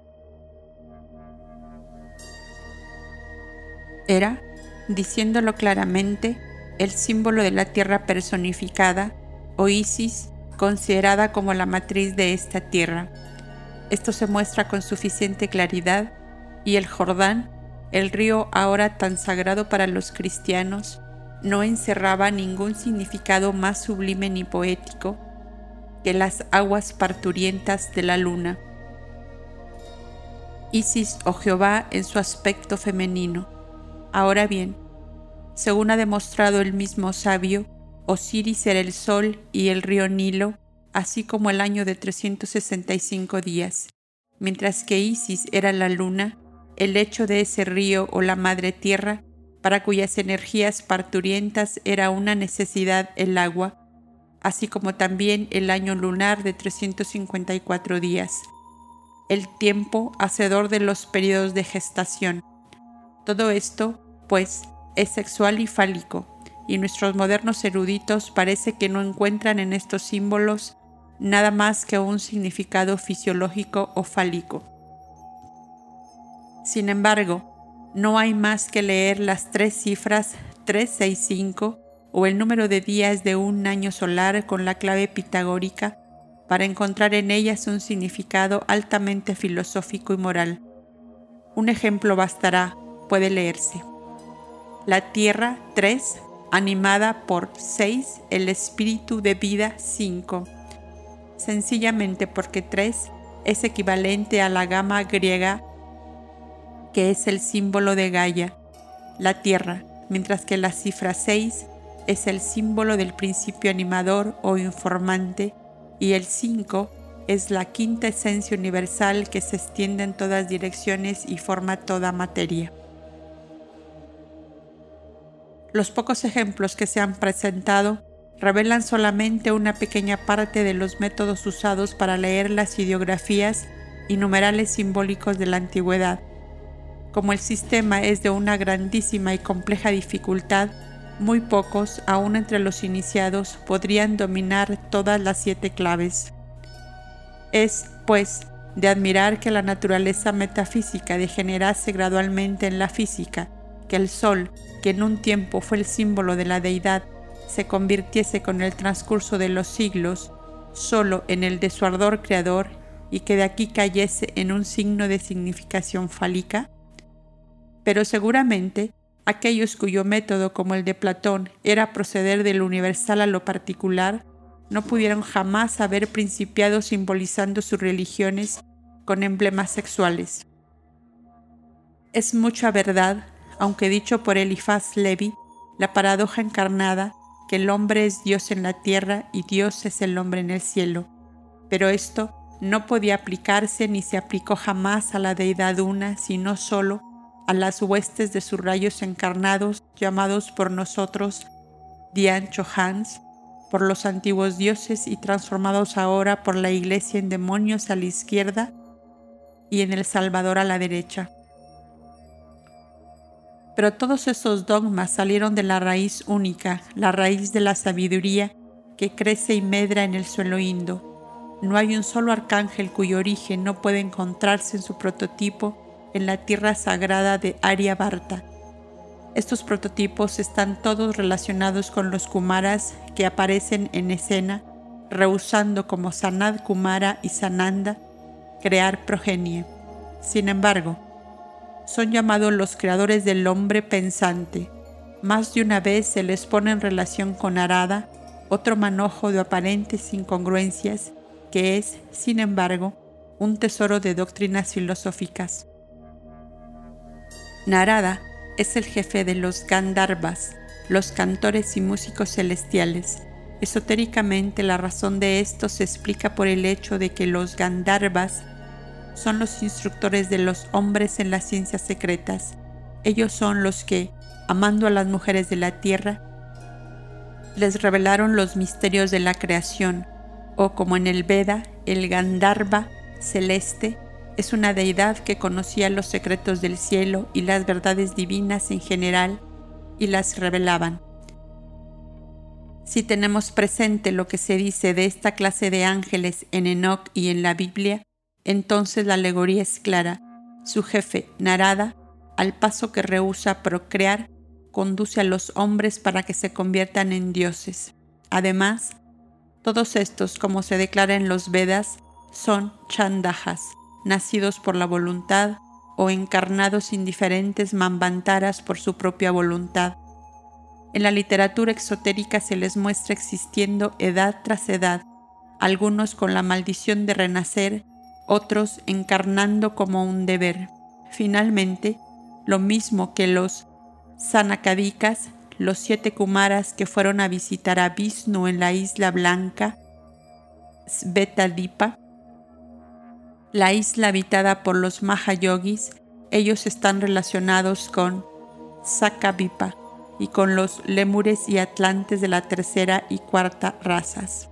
Era, diciéndolo claramente, el símbolo de la tierra personificada, o Isis, considerada como la matriz de esta tierra. Esto se muestra con suficiente claridad, y el Jordán, el río ahora tan sagrado para los cristianos, no encerraba ningún significado más sublime ni poético que las aguas parturientas de la luna. Isis o Jehová en su aspecto femenino. Ahora bien, según ha demostrado el mismo sabio, Osiris era el sol y el río Nilo, así como el año de trescientos sesenta y cinco días, mientras que Isis era la luna, el lecho de ese río o la madre tierra, para cuyas energías parturientas era una necesidad el agua, así como también el año lunar de trescientos cincuenta y cuatro días, el tiempo hacedor de los periodos de gestación. Todo esto, pues, es sexual y fálico, y nuestros modernos eruditos parece que no encuentran en estos símbolos nada más que un significado fisiológico o fálico. Sin embargo, no hay más que leer las tres cifras trescientos sesenta y cinco o el número de días de un año solar con la clave pitagórica para encontrar en ellas un significado altamente filosófico y moral. Un ejemplo bastará, puede leerse. La Tierra tres, animada por seis, el espíritu de vida cinco. Sencillamente porque tres es equivalente a la gama griega, que es el símbolo de Gaia, la Tierra, mientras que la cifra seis es el símbolo del principio animador o informante, y el cinco es la quinta esencia universal que se extiende en todas direcciones y forma toda materia. Los pocos ejemplos que se han presentado revelan solamente una pequeña parte de los métodos usados para leer las ideografías y numerales simbólicos de la antigüedad. Como el sistema es de una grandísima y compleja dificultad, muy pocos, aun entre los iniciados, podrían dominar todas las siete claves. Es, pues, de admirar que la naturaleza metafísica degenerase gradualmente en la física, que el sol, que en un tiempo fue el símbolo de la deidad, se convirtiese con el transcurso de los siglos solo en el de su ardor creador y que de aquí cayese en un signo de significación fálica. Pero seguramente aquellos cuyo método, como el de Platón, era proceder de lo universal a lo particular, no pudieron jamás haber principiado simbolizando sus religiones con emblemas sexuales. Es mucha verdad, aunque dicho por Elifaz Levi, la paradoja encarnada, que el hombre es Dios en la tierra y Dios es el hombre en el cielo, pero esto no podía aplicarse ni se aplicó jamás a la deidad una, sino solo a las huestes de sus rayos encarnados, llamados por nosotros Dian Chohans, por los antiguos dioses y transformados ahora por la Iglesia en demonios a la izquierda y en el Salvador a la derecha. Pero todos esos dogmas salieron de la raíz única, la raíz de la sabiduría que crece y medra en el suelo indo. No hay un solo arcángel cuyo origen no puede encontrarse en su prototipo en la tierra sagrada de Aryabharta. Estos prototipos están todos relacionados con los Kumaras que aparecen en escena, rehusando como Sanat Kumara y Sananda crear progenie. Sin embargo, son llamados los creadores del hombre pensante. Más de una vez se les pone en relación con Narada, otro manojo de aparentes incongruencias, que es, sin embargo, un tesoro de doctrinas filosóficas. Narada es el jefe de los Gandharvas, los cantores y músicos celestiales. Esotéricamente, la razón de esto se explica por el hecho de que los Gandharvas son los instructores de los hombres en las ciencias secretas. Ellos son los que, amando a las mujeres de la tierra, les revelaron los misterios de la creación, o como en el Veda, el Gandharva celeste es una deidad que conocía los secretos del cielo y las verdades divinas en general y las revelaban. Si tenemos presente lo que se dice de esta clase de ángeles en Enoc y en la Biblia, entonces la alegoría es clara. Su jefe, Narada, al paso que rehúsa procrear, conduce a los hombres para que se conviertan en dioses. Además, todos estos, como se declara en los Vedas, son chandajas, nacidos por la voluntad, o encarnados indiferentes manvantaras por su propia voluntad. En la literatura exotérica se les muestra existiendo edad tras edad, algunos con la maldición de renacer, otros encarnando como un deber. Finalmente, lo mismo que los Sanakadikas, los siete Kumaras que fueron a visitar a Vishnu en la Isla Blanca, Svetadipa, la isla habitada por los Mahayogis, ellos están relacionados con Sakavipa y con los Lemures y Atlantes de la tercera y cuarta razas.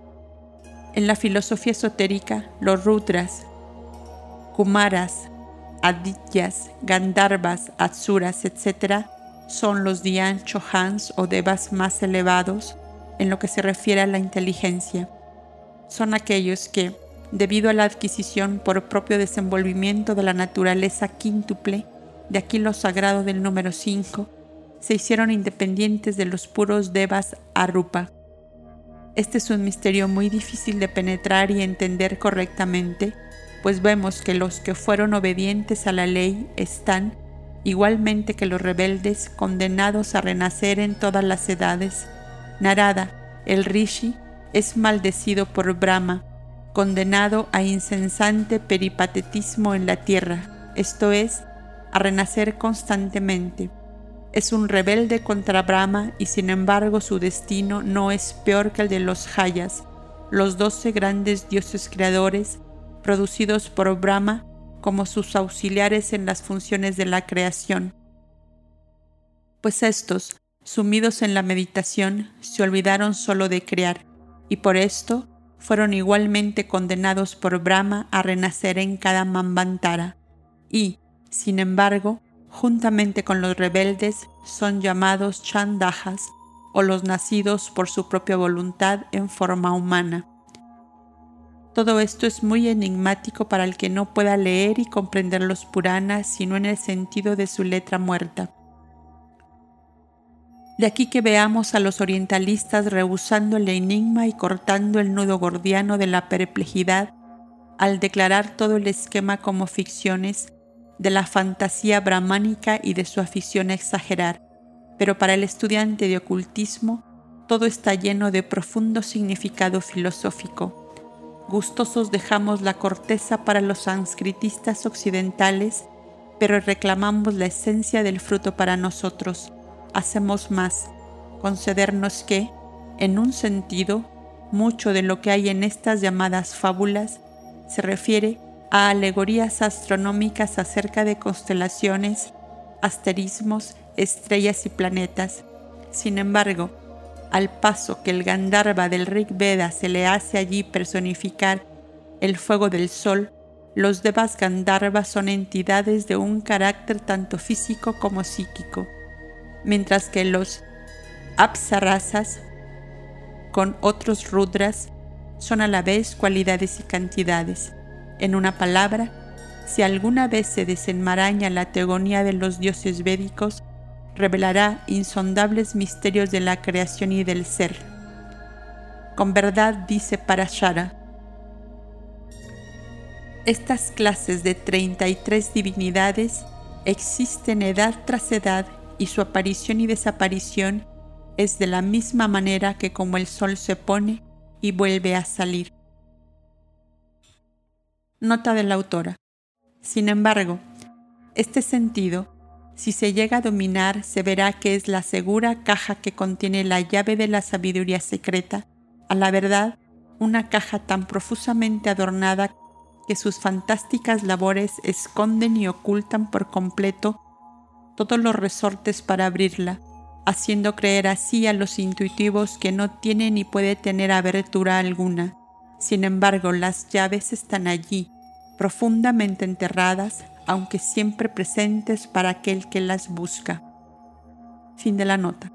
En la filosofía esotérica, los Rudras, Kumaras, Adityas, Gandharvas, Asuras, etcétera, son los Dhyan Chohans o devas más elevados en lo que se refiere a la inteligencia. Son aquellos que, debido a la adquisición por propio desenvolvimiento de la naturaleza quíntuple, de aquí lo sagrado del número cinco, se hicieron independientes de los puros devas arupa. Este es un misterio muy difícil de penetrar y entender correctamente, pues vemos que los que fueron obedientes a la ley están, igualmente que los rebeldes, condenados a renacer en todas las edades. Narada, el Rishi, es maldecido por Brahma, condenado a incesante peripatetismo en la tierra, esto es, a renacer constantemente. Es un rebelde contra Brahma y sin embargo su destino no es peor que el de los Hayas, los doce grandes dioses creadores, producidos por Brahma como sus auxiliares en las funciones de la creación. Pues estos, sumidos en la meditación, se olvidaron solo de crear, y por esto fueron igualmente condenados por Brahma a renacer en cada Manvantara, y, sin embargo, juntamente con los rebeldes, son llamados Chandajas, o los nacidos por su propia voluntad en forma humana. Todo esto es muy enigmático para el que no pueda leer y comprender los Puranas, sino en el sentido de su letra muerta. De aquí que veamos a los orientalistas rehusando el enigma y cortando el nudo gordiano de la perplejidad al declarar todo el esquema como ficciones de la fantasía brahmánica y de su afición a exagerar, pero para el estudiante de ocultismo todo está lleno de profundo significado filosófico. Gustosos dejamos la corteza para los sanscritistas occidentales, pero reclamamos la esencia del fruto para nosotros. Hacemos más, concedernos que, en un sentido, mucho de lo que hay en estas llamadas fábulas se refiere a alegorías astronómicas acerca de constelaciones, asterismos, estrellas y planetas. Sin embargo, al paso que el Gandharva del Rig Veda se le hace allí personificar el fuego del sol, los devas Gandharvas son entidades de un carácter tanto físico como psíquico, mientras que los Apsarasas, con otros Rudras, son a la vez cualidades y cantidades. En una palabra, si alguna vez se desenmaraña la teogonía de los dioses védicos, revelará insondables misterios de la creación y del ser. Con verdad dice Parashara: estas clases de treinta y tres divinidades existen edad tras edad y su aparición y desaparición es de la misma manera que como el sol se pone y vuelve a salir. Nota de la autora. Sin embargo, este sentido, si se llega a dominar, se verá que es la segura caja que contiene la llave de la sabiduría secreta, a la verdad, una caja tan profusamente adornada que sus fantásticas labores esconden y ocultan por completo todos los resortes para abrirla, haciendo creer así a los intuitivos que no tiene ni puede tener abertura alguna. Sin embargo, las llaves están allí, profundamente enterradas, aunque siempre presentes para aquel que las busca. Fin de la nota.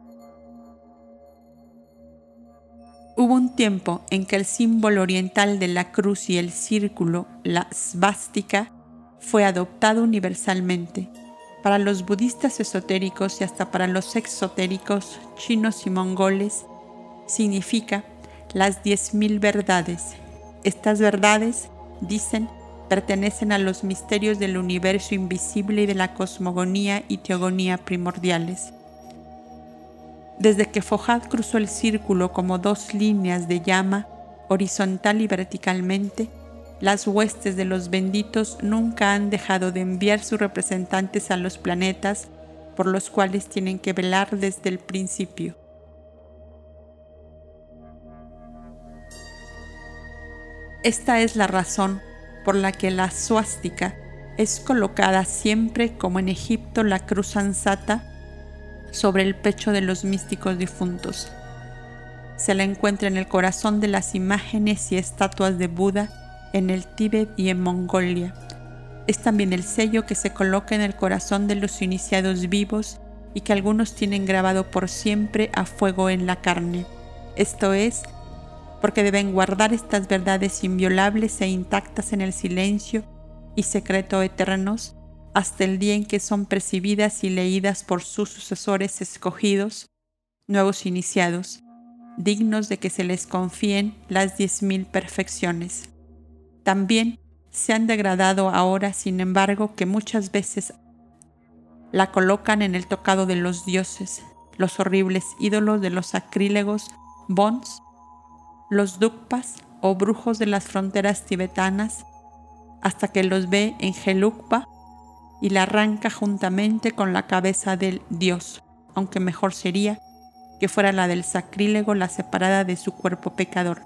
Hubo un tiempo en que el símbolo oriental de la cruz y el círculo, la svástica, fue adoptado universalmente. Para los budistas esotéricos y hasta para los exotéricos chinos y mongoles, significa las diez mil verdades. Estas verdades, dicen, pertenecen a los misterios del universo invisible y de la cosmogonía y teogonía primordiales. Desde que Fouad cruzó el círculo como dos líneas de llama, horizontal y verticalmente, las huestes de los benditos nunca han dejado de enviar sus representantes a los planetas por los cuales tienen que velar desde el principio. Esta es la razón por la que la suástica es colocada siempre, como en Egipto la cruz ansata, sobre el pecho de los místicos difuntos. Se la encuentra en el corazón de las imágenes y estatuas de Buda en el Tíbet y en Mongolia. Es también el sello que se coloca en el corazón de los iniciados vivos y que algunos tienen grabado por siempre a fuego en la carne. Esto es, porque deben guardar estas verdades inviolables e intactas en el silencio y secreto eternos hasta el día en que son percibidas y leídas por sus sucesores escogidos, nuevos iniciados, dignos de que se les confíen las diez mil perfecciones. También se han degradado ahora, sin embargo, que muchas veces la colocan en el tocado de los dioses, los horribles ídolos de los sacrílegos bons, los dukpas o brujos de las fronteras tibetanas, hasta que los ve en Gelugpa y la arranca juntamente con la cabeza del dios, aunque mejor sería que fuera la del sacrílego la separada de su cuerpo pecador.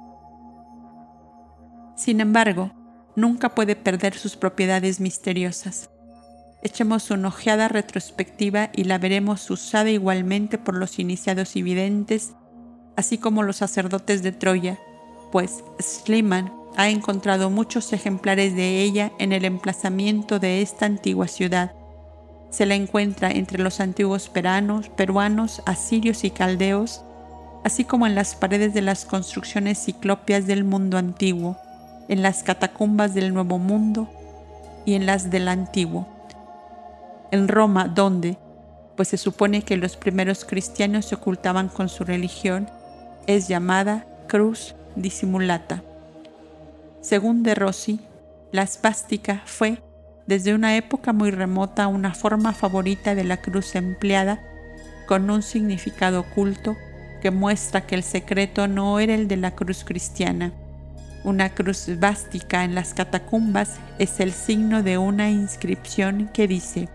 Sin embargo, nunca puede perder sus propiedades misteriosas. Echemos una ojeada retrospectiva y la veremos usada igualmente por los iniciados y videntes, así como los sacerdotes de Troya, pues Schliemann ha encontrado muchos ejemplares de ella en el emplazamiento de esta antigua ciudad. Se la encuentra entre los antiguos peranos, peruanos, asirios y caldeos, así como en las paredes de las construcciones ciclópeas del mundo antiguo, en las catacumbas del Nuevo Mundo y en las del Antiguo. En Roma, donde, pues se supone que los primeros cristianos se ocultaban con su religión, es llamada cruz dissimulata. Según De Rossi, la esvástica fue, desde una época muy remota, una forma favorita de la cruz empleada con un significado oculto que muestra que el secreto no era el de la cruz cristiana. Una cruz esvástica en las catacumbas es el signo de una inscripción que dice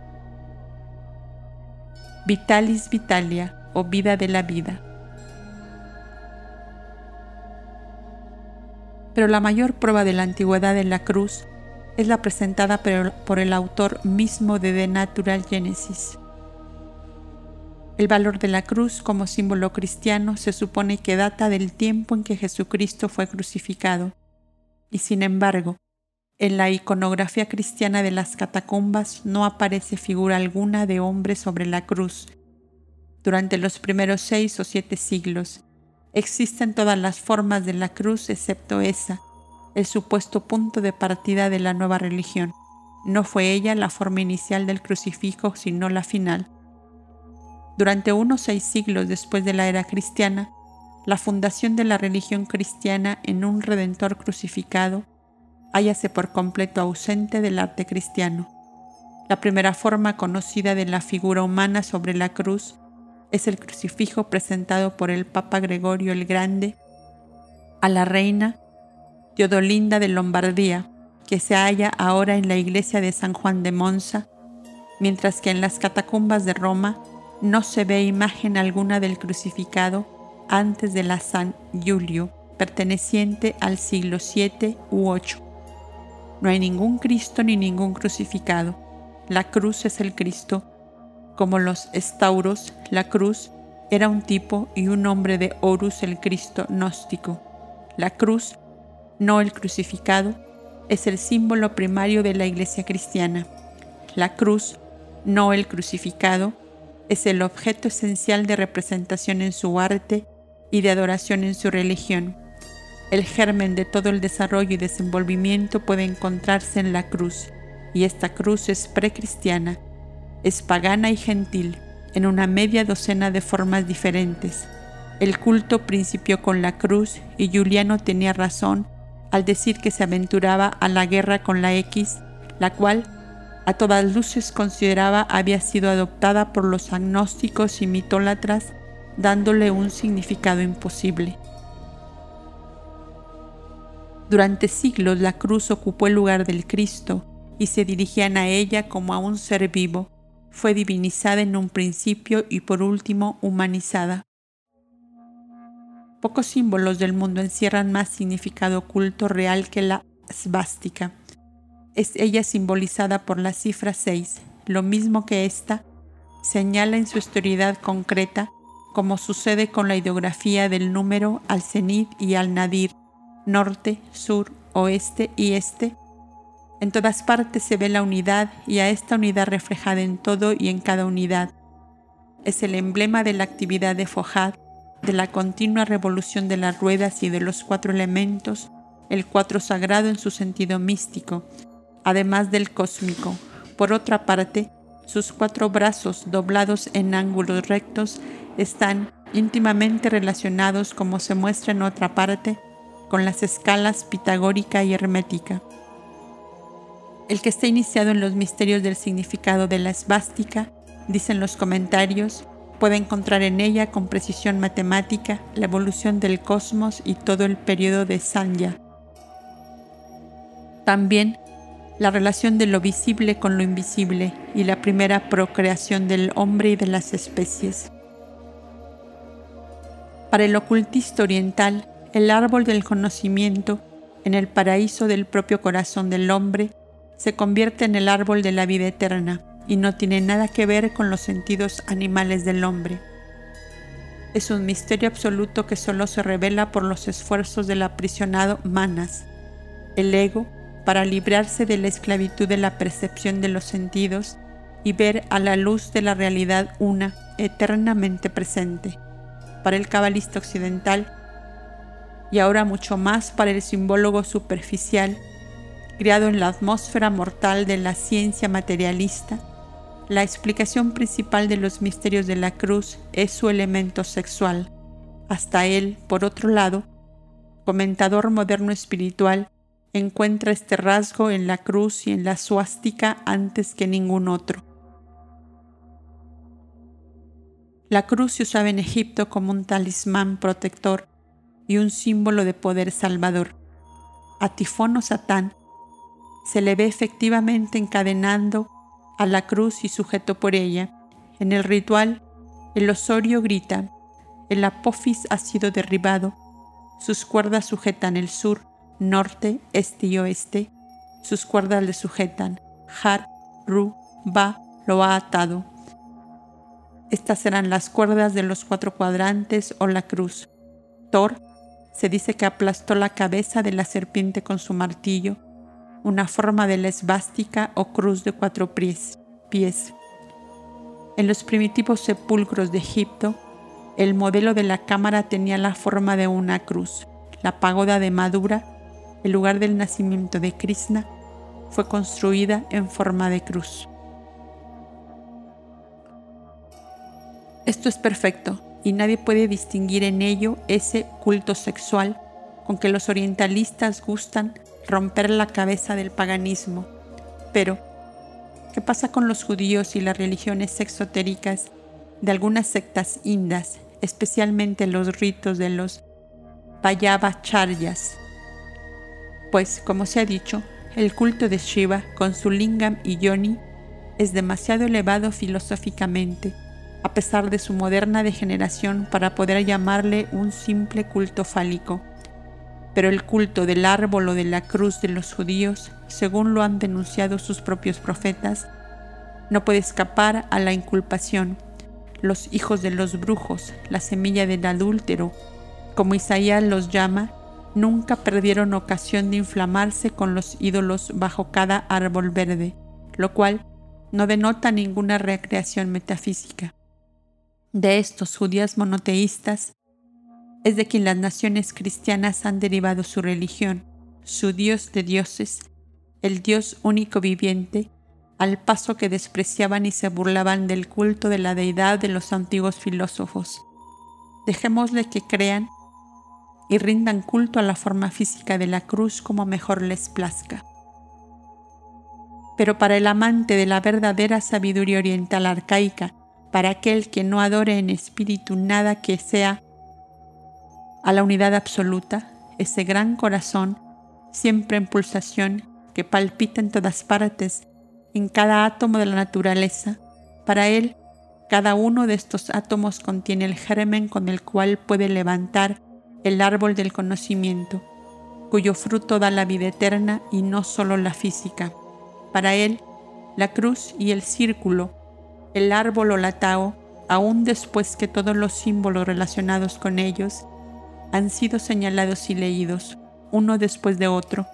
Vitalis Vitalia o vida de la vida. Pero la mayor prueba de la antigüedad de la cruz es la presentada por el autor mismo de The Natural Genesis. El valor de la cruz como símbolo cristiano se supone que data del tiempo en que Jesucristo fue crucificado, y sin embargo, en la iconografía cristiana de las catacumbas no aparece figura alguna de hombre sobre la cruz. Durante los primeros seis o siete siglos, existen todas las formas de la cruz excepto esa, el supuesto punto de partida de la nueva religión. No fue ella la forma inicial del crucifijo, sino la final. Durante unos seis siglos después de la era cristiana, la fundación de la religión cristiana en un Redentor crucificado hállase por completo ausente del arte cristiano. La primera forma conocida de la figura humana sobre la cruz es el crucifijo presentado por el Papa Gregorio el Grande a la reina Teodolinda de Lombardía, que se halla ahora en la iglesia de San Juan de Monza, mientras que en las catacumbas de Roma no se ve imagen alguna del crucificado antes de la San Giulio, perteneciente al siglo siete u ocho. No hay ningún Cristo ni ningún crucificado. La cruz es el Cristo. Como los estauros, la cruz era un tipo y un nombre de Horus, el Cristo gnóstico. La cruz, no el crucificado, es el símbolo primario de la Iglesia cristiana. La cruz, no el crucificado, es el objeto esencial de representación en su arte y de adoración en su religión. El germen de todo el desarrollo y desenvolvimiento puede encontrarse en la cruz, y esta cruz es precristiana, es pagana y gentil, en una media docena de formas diferentes. El culto principió con la cruz y Juliano tenía razón al decir que se aventuraba a la guerra con la X, la cual a todas luces consideraba había sido adoptada por los agnósticos y mitólatras, dándole un significado imposible. Durante siglos la cruz ocupó el lugar del Cristo y se dirigían a ella como a un ser vivo. Fue divinizada en un principio y por último humanizada. Pocos símbolos del mundo encierran más significado oculto real que la svástica. Es ella simbolizada por la cifra seis, lo mismo que ésta señala en su exterioridad concreta, como sucede con la ideografía del número al cenit y al nadir, norte, sur, oeste y este. En todas partes se ve la unidad y a esta unidad reflejada en todo y en cada unidad. Es el emblema de la actividad de Foucault, de la continua revolución de las ruedas y de los cuatro elementos, el cuatro sagrado en su sentido místico, además del cósmico. Por otra parte, sus cuatro brazos doblados en ángulos rectos están íntimamente relacionados, como se muestra en otra parte, con las escalas pitagórica y hermética. El que está iniciado en los misterios del significado de la esvástica, dicen los comentarios, puede encontrar en ella con precisión matemática la evolución del cosmos y todo el periodo de Sanya. También la relación de lo visible con lo invisible y la primera procreación del hombre y de las especies. Para el ocultista oriental, el árbol del conocimiento, en el paraíso del propio corazón del hombre, se convierte en el árbol de la vida eterna y no tiene nada que ver con los sentidos animales del hombre. Es un misterio absoluto que solo se revela por los esfuerzos del aprisionado Manas, el ego, para librarse de la esclavitud de la percepción de los sentidos y ver a la luz de la realidad una, eternamente presente. Para el cabalista occidental, y ahora mucho más para el simbólogo superficial, criado en la atmósfera mortal de la ciencia materialista, la explicación principal de los misterios de la cruz es su elemento sexual. Hasta él, por otro lado, comentador moderno espiritual, encuentra este rasgo en la cruz y en la suástica antes que ningún otro. La cruz se usaba en Egipto como un talismán protector y un símbolo de poder salvador. A Tifón o Satán se le ve efectivamente encadenando a la cruz y sujeto por ella. En el ritual, el osorio grita: el Apophis ha sido derribado, sus cuerdas sujetan el sur, norte, este y oeste, sus cuerdas le sujetan, Har, Ru, Ba lo ha atado. Estas serán las cuerdas de los cuatro cuadrantes o la cruz. Thor se dice que aplastó la cabeza de la serpiente con su martillo, una forma de la esvástica o cruz de cuatro pies. pies. En los primitivos sepulcros de Egipto, el modelo de la cámara tenía la forma de una cruz. La pagoda de Madura, el lugar del nacimiento de Krishna, fue construida en forma de cruz. Esto es perfecto y nadie puede distinguir en ello ese culto sexual con que los orientalistas gustan romper la cabeza del paganismo. Pero, ¿qué pasa con los judíos y las religiones exotéricas de algunas sectas indas, especialmente los ritos de los Vallabhacharyas? Pues, como se ha dicho, el culto de Shiva con su lingam y yoni es demasiado elevado filosóficamente, a pesar de su moderna degeneración, para poder llamarle un simple culto fálico. Pero el culto del árbol o de la cruz de los judíos, según lo han denunciado sus propios profetas, no puede escapar a la inculpación. Los hijos de los brujos, la semilla del adúltero, como Isaías los llama, nunca perdieron ocasión de inflamarse con los ídolos bajo cada árbol verde, lo cual no denota ninguna recreación metafísica. De estos judíos monoteístas es de quien las naciones cristianas han derivado su religión, su Dios de dioses, el Dios único viviente, al paso que despreciaban y se burlaban del culto de la deidad de los antiguos filósofos. Dejémosle que crean y rindan culto a la forma física de la cruz como mejor les plazca. Pero para el amante de la verdadera sabiduría oriental arcaica, para aquel que no adore en espíritu nada que sea a la unidad absoluta, ese gran corazón, siempre en pulsación, que palpita en todas partes, en cada átomo de la naturaleza, para él, cada uno de estos átomos contiene el germen con el cual puede levantar el árbol del conocimiento, cuyo fruto da la vida eterna y no solo la física. Para él, la cruz y el círculo, el árbol o la tao, aun después que todos los símbolos relacionados con ellos han sido señalados y leídos, uno después de otro,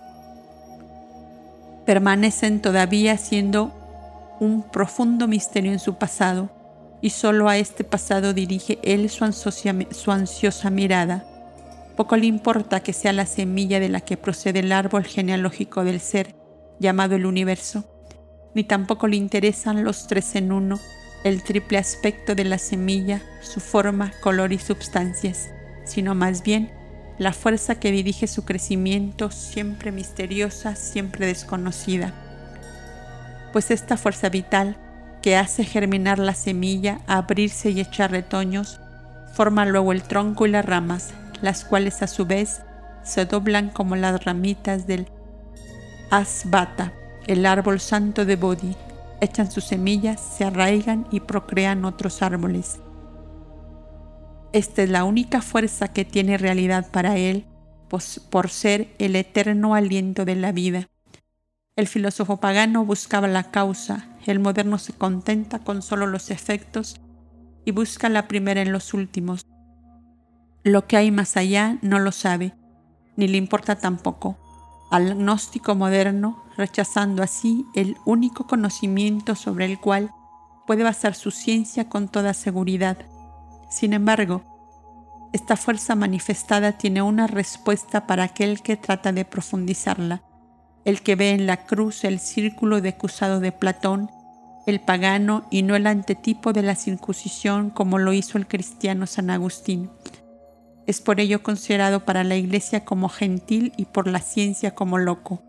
permanecen todavía siendo un profundo misterio en su pasado, y solo a este pasado dirige él su ansiosa, su ansiosa mirada. Poco le importa que sea la semilla de la que procede el árbol genealógico del ser, llamado el universo, ni tampoco le interesan los tres en uno, el triple aspecto de la semilla, su forma, color y substancias, sino más bien la fuerza que dirige su crecimiento, siempre misteriosa, siempre desconocida. Pues esta fuerza vital, que hace germinar la semilla, abrirse y echar retoños, forma luego el tronco y las ramas, las cuales a su vez se doblan como las ramitas del Asvata, el árbol santo de Bodhi, echan sus semillas, se arraigan y procrean otros árboles. Esta es la única fuerza que tiene realidad para él, pues por ser el eterno aliento de la vida. El filósofo pagano buscaba la causa, el moderno se contenta con solo los efectos y busca la primera en los últimos. Lo que hay más allá no lo sabe, ni le importa tampoco. Al gnóstico moderno, rechazando así el único conocimiento sobre el cual puede basar su ciencia con toda seguridad. Sin embargo, esta fuerza manifestada tiene una respuesta para aquel que trata de profundizarla, el que ve en la cruz el círculo decusado de Platón, el pagano y no el antetipo de la circuncisión como lo hizo el cristiano San Agustín. Es por ello considerado para la Iglesia como gentil y por la ciencia como loco.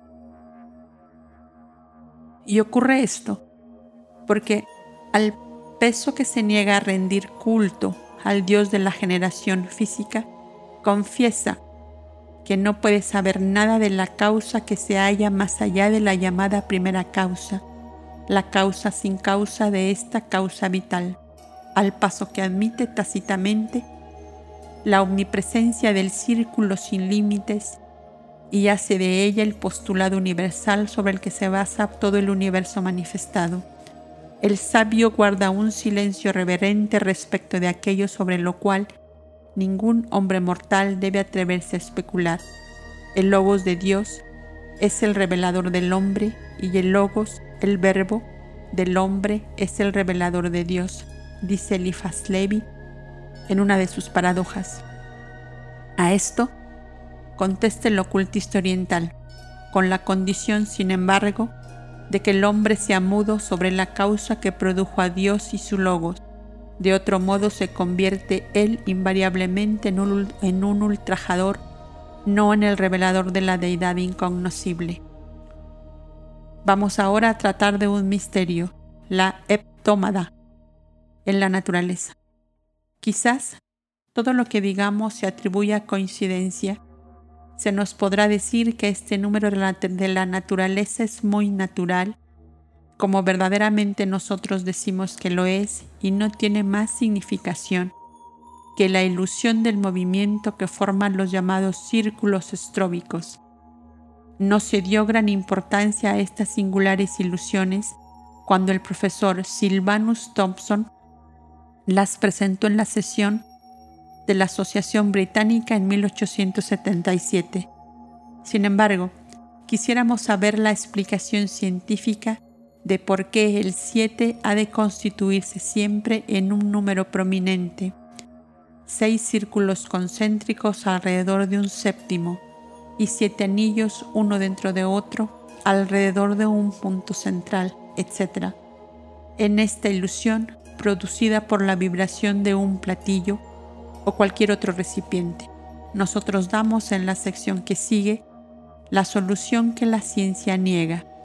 Y ocurre esto porque al peso que se niega a rendir culto al Dios de la generación física, confiesa que no puede saber nada de la causa que se halla más allá de la llamada primera causa, la causa sin causa de esta causa vital, al paso que admite tácitamente la omnipresencia del círculo sin límites y hace de ella el postulado universal sobre el que se basa todo el universo manifestado. El sabio guarda un silencio reverente respecto de aquello sobre lo cual ningún hombre mortal debe atreverse a especular. El Logos de Dios es el revelador del hombre y el Logos, el verbo del hombre, es el revelador de Dios, dice Eliphas Levi en una de sus paradojas. A esto contesta el ocultista oriental, con la condición, sin embargo, de que el hombre sea mudo sobre la causa que produjo a Dios y su Logos. De otro modo se convierte él invariablemente en un, en un ultrajador, no en el revelador de la deidad incognoscible. Vamos ahora a tratar de un misterio, la heptómada, en la naturaleza. Quizás todo lo que digamos se atribuye a coincidencia. Se nos podrá decir que este número de la, de la naturaleza es muy natural, como verdaderamente nosotros decimos que lo es, y no tiene más significación que la ilusión del movimiento que forman los llamados círculos estróbicos. No se dio gran importancia a estas singulares ilusiones cuando el profesor Sylvanus Thompson las presentó en la sesión de la Asociación Británica en mil ochocientos setenta y siete. Sin embargo, quisiéramos saber la explicación científica de por qué el siete ha de constituirse siempre en un número prominente, seis círculos concéntricos alrededor de un séptimo y siete anillos uno dentro de otro alrededor de un punto central, etcétera. En esta ilusión, producida por la vibración de un platillo o cualquier otro recipiente, nosotros damos en la sección que sigue la solución que la ciencia niega.